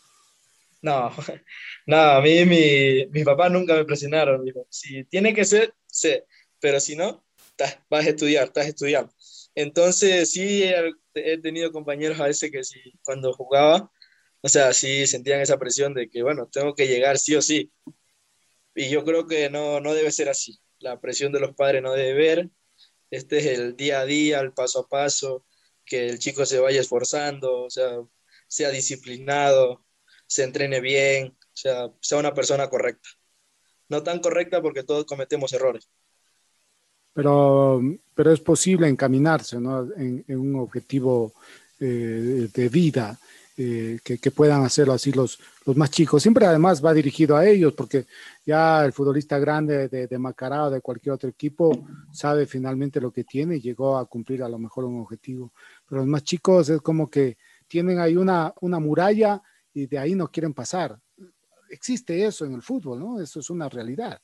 No, no, a mí mi, mis papás nunca me presionaron. Dijo, si tiene que ser, sé, pero si no, tas- vas a estudiar, estás estudiando. Entonces, sí, he he tenido compañeros a veces que sí, cuando jugaba, o sea, sí sentían esa presión de que, bueno, tengo que llegar sí o sí. Y yo creo que no, no debe ser así. La presión de los padres no debe ver. Este es el día a día, el paso a paso, que el chico se vaya esforzando, o sea, sea disciplinado, se entrene bien, o sea, sea una persona correcta. No tan correcta porque todos cometemos errores. Pero, pero es posible encaminarse, ¿no? en, en un objetivo eh, de vida, eh, que, que puedan hacerlo así los, los más chicos. Siempre además va dirigido a ellos, porque ya el futbolista grande de, de Macará o de cualquier otro equipo sabe finalmente lo que tiene y llegó a cumplir a lo mejor un objetivo. Pero los más chicos es como que tienen ahí una, una muralla y de ahí no quieren pasar. Existe eso en el fútbol, ¿no? Eso es una realidad.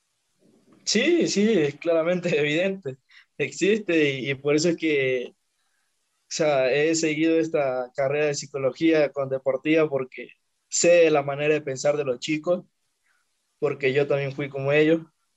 Sí, sí, es claramente evidente. Existe y, y por eso es que, o sea, he seguido esta carrera de psicología con deportiva porque sé la manera de pensar de los chicos, porque yo también fui como ellos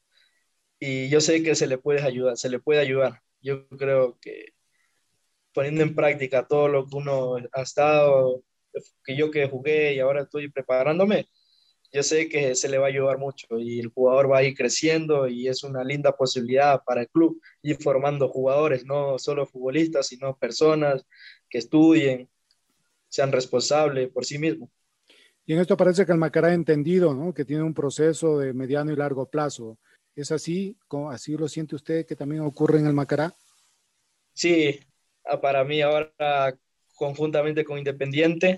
y yo sé que se le puede ayudar, se le puede ayudar. Yo creo que poniendo en práctica todo lo que uno ha estado, que yo que jugué y ahora estoy preparándome, yo sé que se le va a ayudar mucho y el jugador va a ir creciendo y es una linda posibilidad para el club ir formando jugadores, no solo futbolistas, sino personas que estudien, sean responsables por sí mismos. Y en esto parece que el Macará ha entendido, ¿no? Que tiene un proceso de mediano y largo plazo. ¿Es así? ¿Así lo siente usted que también ocurre en el Macará? Sí, ah, para mí ahora conjuntamente con Independiente,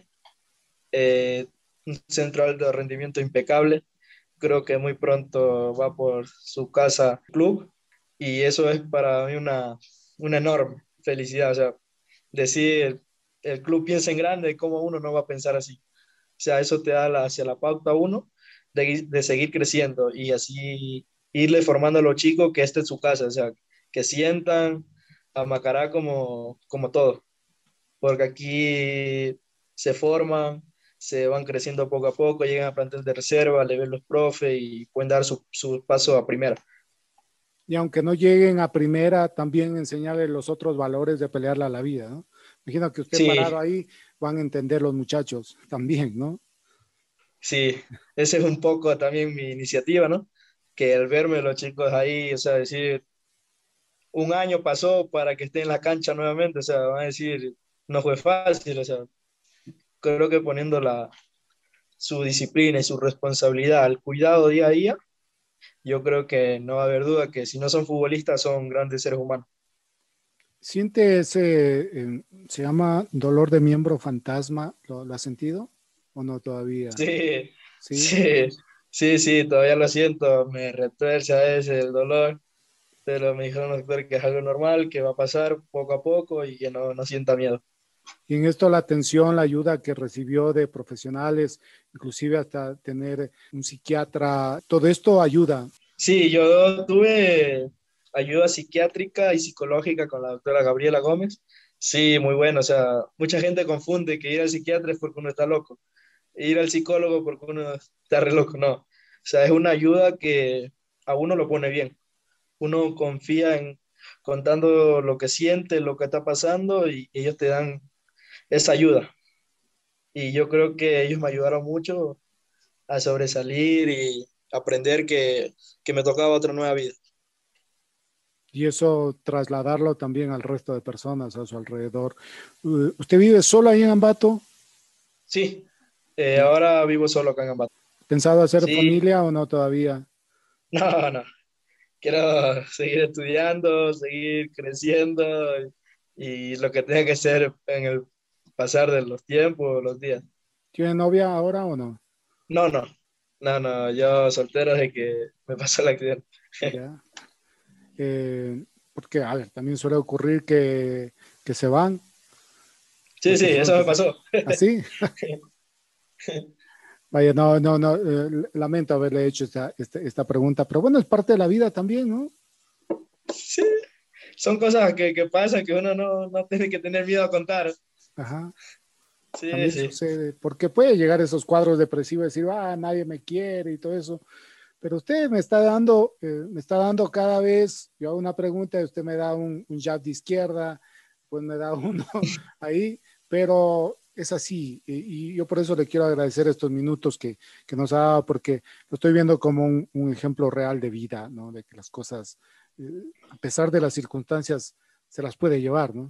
eh, un central de rendimiento impecable. Creo que muy pronto va por su casa club y eso es para mí una, una enorme felicidad. O sea, decir el club piensa en grande, ¿cómo uno no va a pensar así? O sea, eso te da la, hacia la pauta uno de, de seguir creciendo y así irle formando a los chicos que esta es su casa, o sea, que sientan a Macará como, como todo, porque aquí se forman, se van creciendo poco a poco, llegan a plantel de reserva, le ven los profes y pueden dar su, su paso a primera. Y aunque no lleguen a primera, también enseñarles los otros valores de pelearla a la vida, ¿no? Imagino que usted parado Sí, ahí van a entender los muchachos también, ¿no? sí, esa es un poco también mi iniciativa, ¿no? Que al verme los chicos ahí, o sea, decir, un año pasó para que esté en la cancha nuevamente, o sea, van a decir, no fue fácil, o sea, creo que poniendo la, su disciplina y su responsabilidad al cuidado día a día, yo creo que no va a haber duda que si no son futbolistas son grandes seres humanos. ¿Siente ese, eh, se llama dolor de miembro fantasma? ¿Lo, lo ha sentido o no todavía? Sí, ¿Sí? sí, sí, sí, todavía lo siento, me retuerce a veces el dolor, pero me dijeron los doctores que es algo normal, que va a pasar poco a poco y que no, no sienta miedo. Y en esto la atención, la ayuda que recibió de profesionales, inclusive hasta tener un psiquiatra, todo esto ayuda. Sí, yo tuve ayuda psiquiátrica y psicológica con la doctora Gabriela Gómez. Sí, muy bueno. O sea, mucha gente confunde que ir al psiquiatra es porque uno está loco. ir al psicólogo porque uno está re loco, no. O sea, es una ayuda que a uno lo pone bien. Uno confía en contando lo que siente, lo que está pasando y ellos te dan esa ayuda. Y yo creo que ellos me ayudaron mucho a sobresalir y aprender que, que me tocaba otra nueva vida. Y eso trasladarlo también al resto de personas a su alrededor. Uh, ¿Usted vive solo ahí en Ambato? Sí, eh, ahora vivo solo acá en Ambato. ¿Pensado hacer Sí, familia o no todavía? no, no. Quiero seguir estudiando, seguir creciendo y, y lo que tenga que ser en el pasar de los tiempos, los días. ¿Tiene novia ahora o no? No, no, no, no, yo soltero desde que me pasó el accidente. Ya. Eh, porque, a ver, también suele ocurrir que, que se van Sí, las sí, eso personas me que se... pasó. ¿Así? Vaya, no, no, no, eh, lamento haberle hecho esta, esta, esta pregunta, pero bueno, es parte de la vida también, ¿no? Sí, son cosas que, que pasan que uno no, no tiene que tener miedo a contar. Ajá, Sí, también sí. sucede, porque puede llegar esos cuadros depresivos y decir, ah, nadie me quiere y todo eso, pero usted me está dando, eh, me está dando cada vez, yo hago una pregunta y usted me da un, un jab de izquierda, pues me da uno ahí, pero es así, y, y yo por eso le quiero agradecer estos minutos que, que nos ha dado, porque lo estoy viendo como un, un ejemplo real de vida, ¿no? De que las cosas, eh, a pesar de las circunstancias, se las puede llevar, ¿no?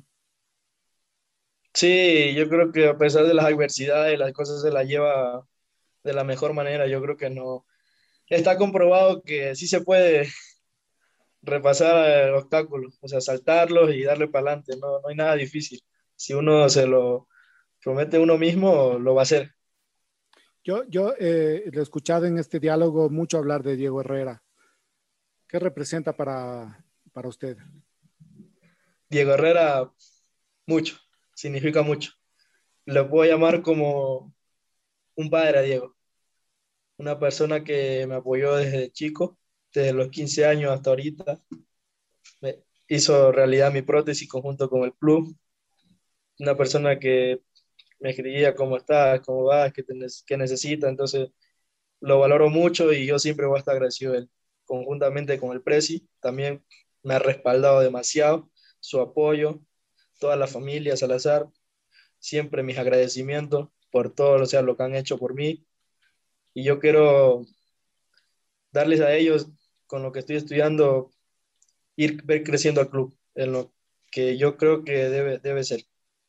Sí, yo creo que a pesar de las adversidades, las cosas se las lleva de la mejor manera. Yo creo que no. Está comprobado que sí se puede repasar obstáculos, o sea, saltarlos y darle para adelante. No, no hay nada difícil. Si uno se lo promete a uno mismo, lo va a hacer. Yo, yo eh, le he escuchado en este diálogo mucho hablar de Diego Herrera. ¿Qué representa para, para usted? Diego Herrera, mucho, significa mucho. Lo puedo llamar como un padre a Diego, una persona que me apoyó desde chico, desde los quince años hasta ahorita. Me hizo realidad mi prótesis conjunto con el club. Una persona que me escribía cómo estás, cómo vas, qué, te, qué necesitas. Entonces, lo valoro mucho y yo siempre voy a estar agradecido de él. Conjuntamente con el Prezi, también me ha respaldado demasiado su apoyo, toda la familia Salazar, siempre mis agradecimientos por todo, o sea, lo que han hecho por mí. Y yo quiero darles a ellos, con lo que estoy estudiando, ir ver creciendo al club, en lo que yo creo que debe, debe ser.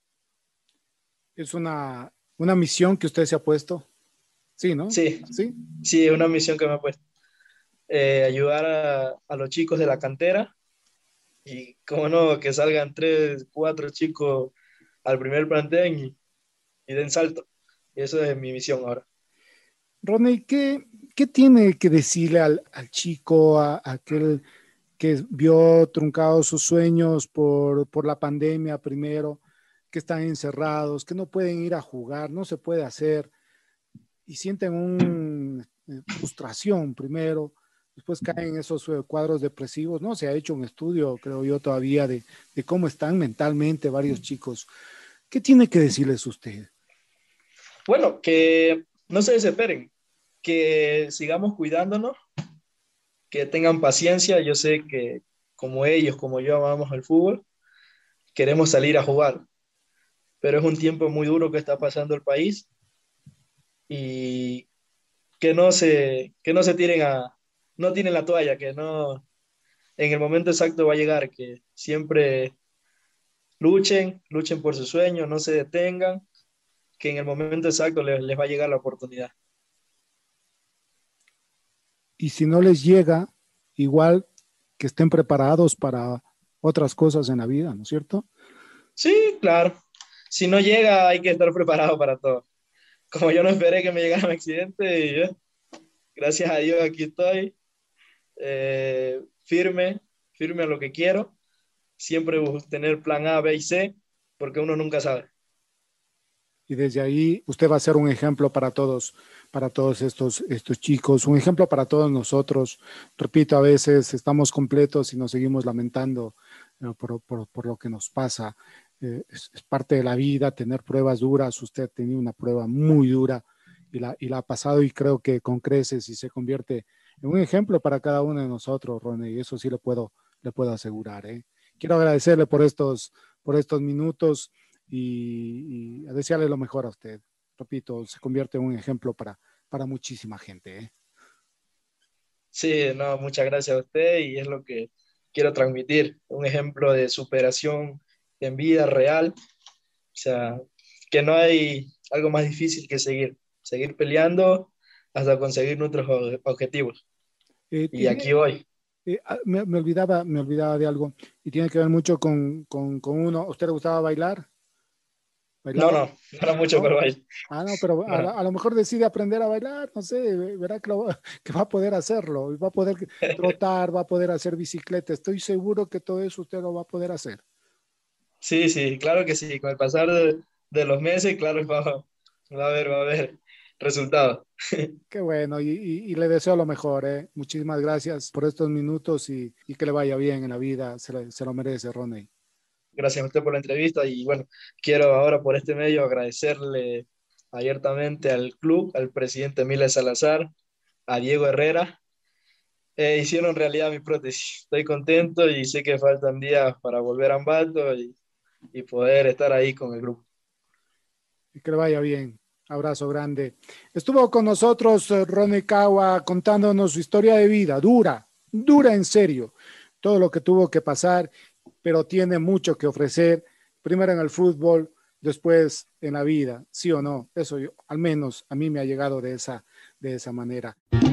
Es una, una misión que usted se ha puesto. Sí, ¿no? Sí, Sí. sí, es una misión que me ha puesto. Eh, ayudar a, a los chicos de la cantera y, como no, que salgan tres, cuatro chicos al primer plantel y, y den salto. Y eso es mi misión ahora. Ronnie, ¿qué, qué tiene que decirle al, al chico, a, a aquel que vio truncados sus sueños por, por la pandemia primero, que están encerrados, que no pueden ir a jugar, no se puede hacer y sienten una frustración primero, después caen en esos eh, cuadros depresivos? No se ha hecho un estudio, creo yo, todavía de, de cómo están mentalmente varios chicos. ¿Qué tiene que decirles usted? Bueno, que no se desesperen, que sigamos cuidándonos, que tengan paciencia. Yo sé que como ellos, como yo amamos el fútbol, queremos salir a jugar, pero es un tiempo muy duro que está pasando el país y que no se, que no se tiren a, no tiren la toalla, que no, en el momento exacto va a llegar, que siempre luchen, luchen por sus sueños, no se detengan, que en el momento exacto les, les va a llegar la oportunidad. Y si no les llega, igual que estén preparados para otras cosas en la vida, ¿no es cierto? Sí, claro. Si no llega, hay que estar preparado para todo. Como yo no esperé que me llegara un accidente, y yo, gracias a Dios aquí estoy, eh, firme, firme a lo que quiero. Siempre tener plan A, B y C, porque uno nunca sabe. Y desde ahí usted va a ser un ejemplo para todos, para todos estos, estos chicos, un ejemplo para todos nosotros. Repito, a veces estamos completos y nos seguimos lamentando eh, por, por, por lo que nos pasa. Eh, es, es parte de la vida tener pruebas duras. Usted ha tenido una prueba muy dura y la, y la ha pasado, y creo que con creces y se convierte en un ejemplo para cada uno de nosotros, Ronnie, y eso sí le puedo, le puedo asegurar. ¿eh? Quiero agradecerle por estos, por estos minutos y, y desearle lo mejor a usted. Repito, se convierte en un ejemplo para, para muchísima gente. ¿eh? Sí, no, muchas gracias a usted y es lo que quiero transmitir, un ejemplo de superación en vida real, o sea, que no hay algo más difícil que seguir, seguir peleando hasta conseguir nuestros objetivos. Eh, Y tiene, aquí voy. eh, me, me, olvidaba, me olvidaba de algo y tiene que ver mucho con, con, con uno. ¿A usted le gustaba bailar? No, ¿Bailaba? no, no era mucho ¿No? con el baile. Ah, no, pero No. a, a lo mejor decide aprender a bailar, no sé, verá que, lo, que va a poder hacerlo, va a poder trotar, va a poder hacer bicicleta. Estoy seguro que todo eso usted lo va a poder hacer. Sí, sí, claro que sí. Con el pasar de, de los meses, claro, va, va a haber, va a haber resultados. Qué bueno, y, y, y le deseo lo mejor. ¿eh? Muchísimas gracias por estos minutos y, y que le vaya bien en la vida. Se, le, se lo merece, Ronnie. Gracias a usted por la entrevista y bueno, quiero ahora por este medio agradecerle abiertamente al club, al presidente Miles Salazar, a Diego Herrera. Eh, hicieron realidad mi prótesis. Estoy contento y sé que faltan días para volver a Ambato y, y poder estar ahí con el grupo. Y que le vaya bien. Abrazo grande. Estuvo con nosotros uh, Ronnie Cagua contándonos su historia de vida, dura, dura en serio. Todo lo que tuvo que pasar, pero tiene mucho que ofrecer, primero en el fútbol, después en la vida, sí o no. Eso yo, al menos a mí me ha llegado de esa, de esa manera.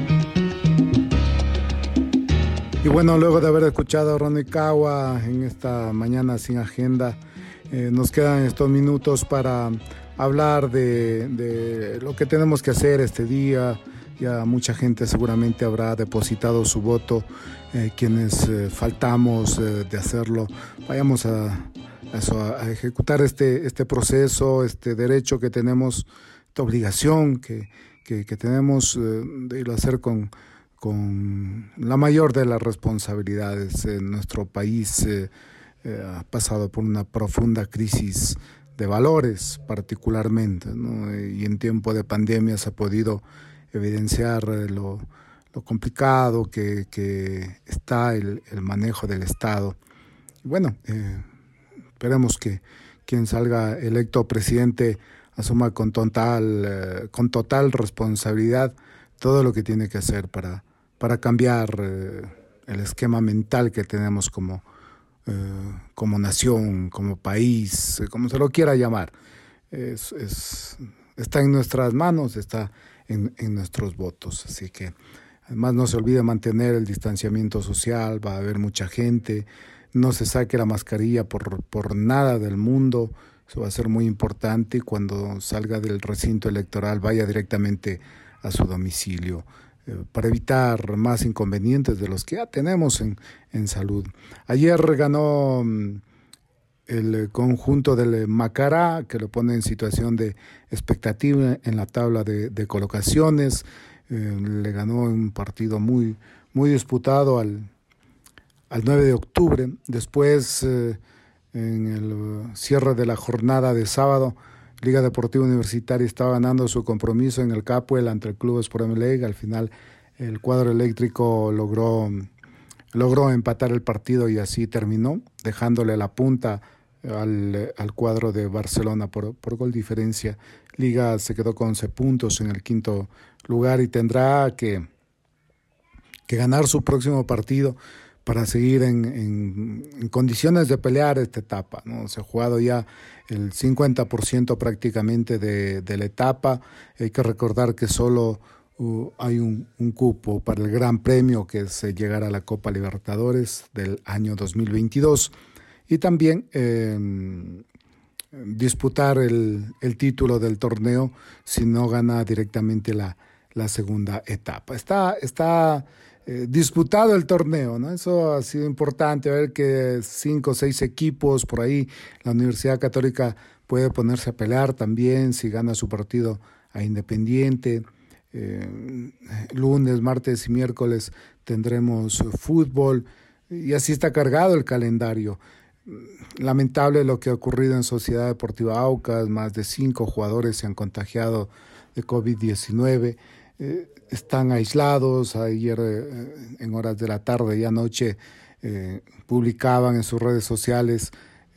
Y bueno, luego de haber escuchado a Ronnie Cagua en esta mañana sin agenda, eh, nos quedan estos minutos para hablar de, de lo que tenemos que hacer este día. Ya mucha gente seguramente habrá depositado su voto, eh, quienes eh, faltamos eh, de hacerlo, vayamos a, a, eso, a ejecutar este, este proceso, este derecho que tenemos, esta obligación que, que, que tenemos eh, de irlo a hacer con, con la mayor de las responsabilidades. Eh, nuestro país eh, eh, ha pasado por una profunda crisis de valores particularmente, ¿no? Y en tiempo de pandemia se ha podido evidenciar lo, lo complicado que, que está el, el manejo del Estado. Y bueno, eh, esperemos que quien salga electo presidente asuma con total, eh, con total responsabilidad todo lo que tiene que hacer para, para cambiar eh, el esquema mental que tenemos como, eh, como nación, como país, eh, como se lo quiera llamar. Es, es, está en nuestras manos, está En, en nuestros votos, así que además no se olvide mantener el distanciamiento social, va a haber mucha gente, no se saque la mascarilla por, por nada del mundo, eso va a ser muy importante, y cuando salga del recinto electoral vaya directamente a su domicilio, eh, para evitar más inconvenientes de los que ya tenemos en, en salud. Ayer ganó el conjunto del Macará, que lo pone en situación de expectativa en la tabla de, de colocaciones. Eh, le ganó un partido muy, muy disputado al, al nueve de octubre. Después, eh, en el cierre de la jornada de sábado, Liga Deportiva Universitaria estaba ganando su compromiso en el Capuel ante el Club Sport Emelec. Al final, el cuadro eléctrico logró, logró empatar el partido y así terminó, dejándole la punta Al, al cuadro de Barcelona por, por gol diferencia. Liga se quedó con once puntos en el quinto lugar y tendrá que, que ganar su próximo partido para seguir en, en, en condiciones de pelear esta etapa, ¿no? Se ha jugado ya el cincuenta por ciento prácticamente de, de la etapa. Hay que recordar que solo uh, hay un, un cupo para el Gran Premio, que es llegar a la Copa Libertadores del año dos mil veintidós. Y también eh, disputar el, el título del torneo si no gana directamente la, la segunda etapa. Está, está eh, disputado el torneo, ¿no? Eso ha sido importante, ver que cinco o seis equipos por ahí, la Universidad Católica puede ponerse a pelear también si gana su partido a Independiente. Eh, lunes, martes y miércoles tendremos fútbol y así está cargado el calendario. Lamentable lo que ha ocurrido en Sociedad Deportiva Aucas, más de cinco jugadores se han contagiado de covid diecinueve. Eh, están aislados. Ayer eh, en horas de la tarde y anoche eh, publicaban en sus redes sociales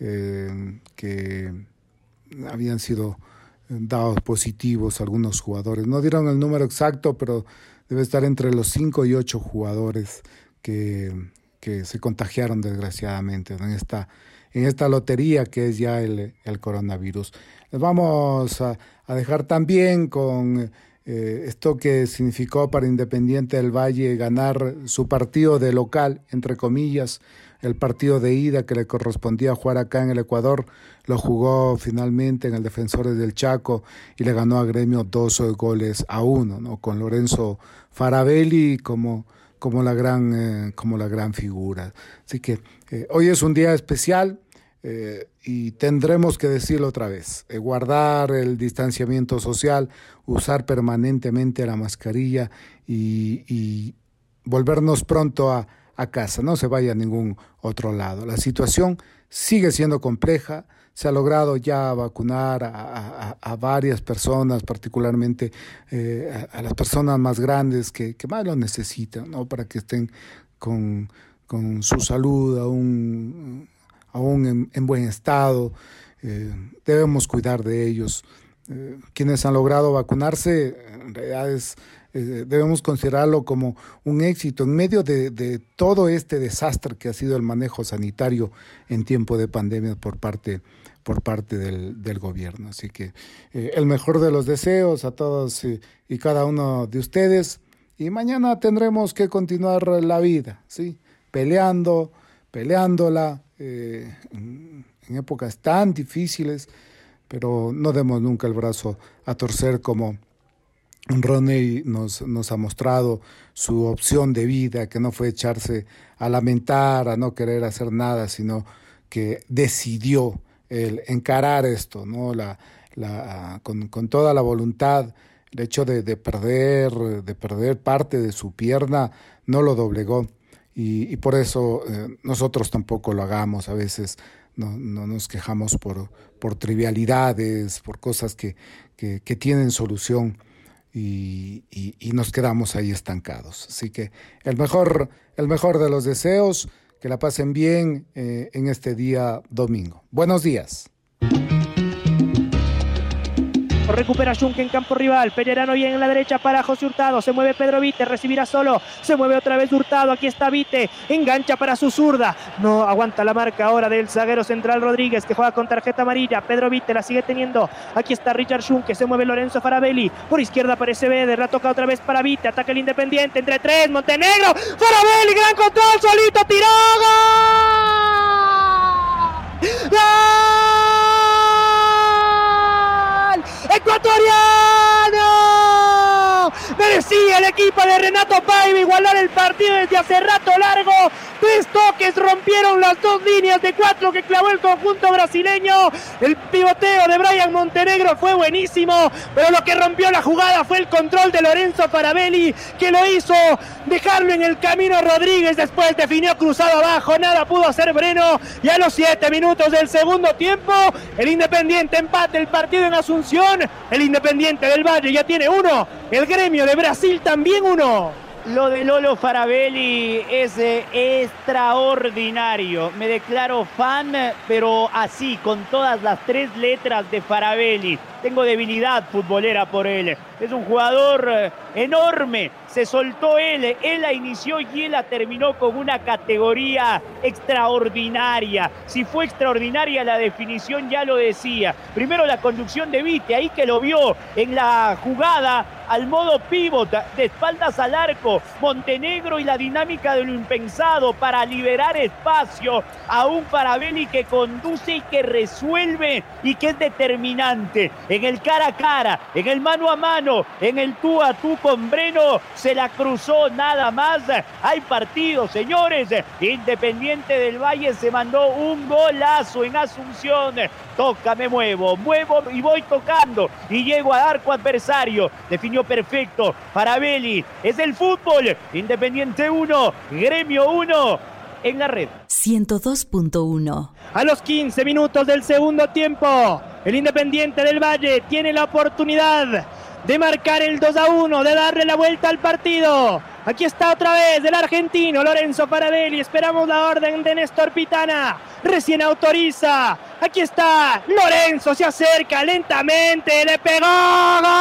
eh, que habían sido dados positivos algunos jugadores. No dieron el número exacto, pero debe estar entre los cinco y ocho jugadores que, que se contagiaron desgraciadamente en esta, en esta lotería que es ya el, el coronavirus. Les vamos a, a dejar también con eh, esto que significó para Independiente del Valle ganar su partido de local, entre comillas. El partido de ida que le correspondía jugar acá en el Ecuador lo jugó finalmente en el Defensores del Chaco y le ganó a Gremio dos goles a uno, ¿no? Con Lorenzo Faravelli como, como, la, gran, eh, como la gran figura. Así que eh, hoy es un día especial eh, y tendremos que decirlo otra vez. Eh, guardar el distanciamiento social, usar permanentemente la mascarilla y, y volvernos pronto a a casa, no se vaya a ningún otro lado. La situación sigue siendo compleja, se ha logrado ya vacunar a, a, a varias personas, particularmente eh, a, a las personas más grandes que, que más lo necesitan, ¿no? Para que estén con, con su salud aún, aún en, en buen estado. Eh, debemos cuidar de ellos. Eh, quienes han logrado vacunarse, en realidad es Eh, debemos considerarlo como un éxito en medio de, de todo este desastre que ha sido el manejo sanitario en tiempo de pandemia por parte, por parte del, del gobierno. Así que eh, el mejor de los deseos a todos y, y cada uno de ustedes. Y mañana tendremos que continuar la vida, ¿sí? Peleando, peleándola eh, en, en épocas tan difíciles, pero no demos nunca el brazo a torcer como Ronnie nos, nos ha mostrado su opción de vida, que no fue echarse a lamentar, a no querer hacer nada, sino que decidió el encarar esto, ¿no? La, la, con, con toda la voluntad. El hecho de, de, perder, de perder parte de su pierna no lo doblegó y, y por eso eh, nosotros tampoco lo hagamos. A veces no, no nos quejamos por, por trivialidades, por cosas que, que, que tienen solución. Y, y, y nos quedamos ahí estancados. Así que el mejor, el mejor de los deseos, que la pasen bien eh, en este día domingo. Buenos días. Recupera Junque en campo rival. Pellerano bien en la derecha para José Hurtado. Se mueve Pedro Vite, recibirá solo. Se mueve otra vez Hurtado. Aquí está Vite. Engancha para su zurda. No aguanta la marca ahora del zaguero central Rodríguez, que juega con tarjeta amarilla. Pedro Vite la sigue teniendo. Aquí está Richard Junque. Se mueve Lorenzo Faravelli. Por izquierda aparece Beder. La toca otra vez para Vite. Ataca el Independiente. Entre tres. Montenegro. Faravelli. Gran control. Solito. Tiró. ¡Gol! ¡Gol! ¡Ecuatoriano! Merecía el equipo de Renato Paiva igualar el partido desde hace rato largo. Tres toques rompieron las dos líneas de cuatro que clavó el conjunto brasileño. El pivoteo de Brian Montenegro fue buenísimo, pero lo que rompió la jugada fue el control de Lorenzo Faravelli, que lo hizo dejarlo en el camino a Rodríguez. Después definió cruzado abajo, nada pudo hacer Breno. Y a los siete minutos del segundo tiempo, el Independiente empate el partido en Asunción. El Independiente del Valle ya tiene uno, el Gremio de Brasil también uno. Lo de Lolo Faravelli es eh, extraordinario. Me declaro fan, pero así, con todas las tres letras de Faravelli. Tengo debilidad futbolera por él. Es un jugador eh, enorme. Se soltó él, él la inició y él la terminó con una categoría extraordinaria. Si fue extraordinaria la definición, ya lo decía. Primero la conducción de Vite, ahí que lo vio en la jugada al modo pivot, de espaldas al arco. Montenegro y la dinámica de lo impensado para liberar espacio a un Faravelli que conduce y que resuelve y que es determinante. En el cara a cara, en el mano a mano, en el tú a tú con Breno, se la cruzó nada más. Hay partido, señores. Independiente del Valle se mandó un golazo en Asunción. Toca, me muevo, muevo y voy tocando y llego a arco adversario. Definió perfecto. Faravelli, es el fútbol. Independiente uno, Gremio uno. En la red. ciento dos punto uno. A los quince minutos del segundo tiempo, el Independiente del Valle tiene la oportunidad de marcar el dos a uno, de darle la vuelta al partido. Aquí está otra vez el argentino Lorenzo Faravelli. Esperamos la orden de Néstor Pitana. Recién autoriza. Aquí está Lorenzo, se acerca lentamente, le pegó. ¡Gol!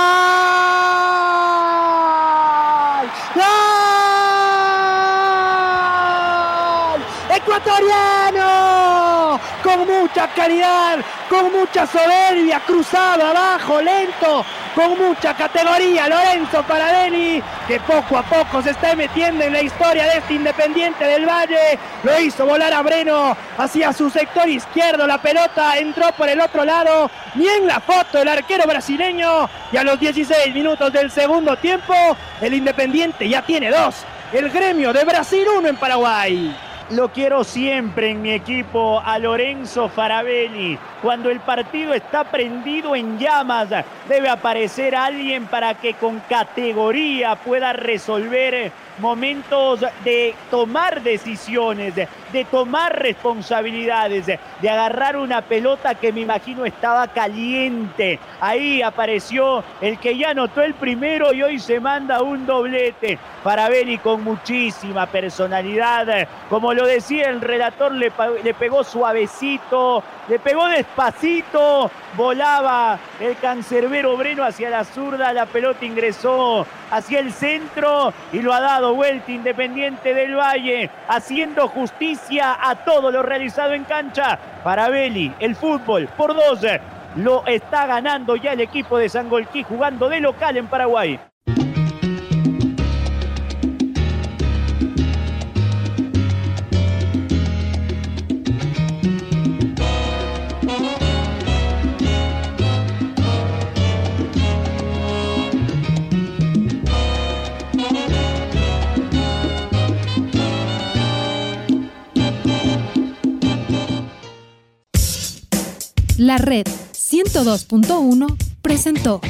¡Gol! ¡Ecuatoriano! Con mucha calidad, con mucha soberbia, cruzado abajo, lento, con mucha categoría, Lorenzo Faravelli, que poco a poco se está metiendo en la historia de este Independiente del Valle. Lo hizo volar a Breno hacia su sector izquierdo, la pelota entró por el otro lado, ni en la foto el arquero brasileño, y a los dieciséis minutos del segundo tiempo, el Independiente ya tiene dos, el Gremio de Brasil uno en Paraguay. Lo quiero siempre en mi equipo a Lorenzo Faravelli. Cuando el partido está prendido en llamas, debe aparecer alguien para que con categoría pueda resolver momentos de tomar decisiones, de tomar responsabilidades, de agarrar una pelota que me imagino estaba caliente. Ahí apareció el que ya anotó el primero y hoy se manda un doblete. Faravelli con muchísima personalidad, como lo decía el relator, le, le pegó suavecito, le pegó despacito, volaba el cancerbero Breno hacia la zurda, la pelota ingresó hacia el centro y lo ha dado vuelta Independiente del Valle, haciendo justicia a todo lo realizado en cancha. Faravelli, el fútbol por dos, lo está ganando ya el equipo de Sangolquí, jugando de local en Paraguay. La Red ciento dos punto uno presentó.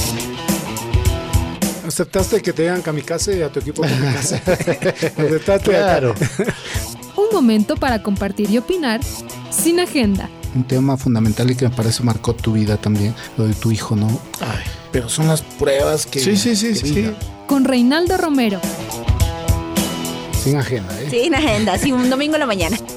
¿Aceptaste que te digan kamikaze y a tu equipo kamikaze? ¿Aceptaste? Claro. Un momento para compartir y opinar sin agenda. Un tema fundamental y que me parece marcó tu vida también, lo de tu hijo, ¿no? Ay, pero son las pruebas que... Sí, sí, sí, sí, sí. Con Reinaldo Romero. Sin agenda, ¿eh? Sin agenda, sí, un domingo en la mañana.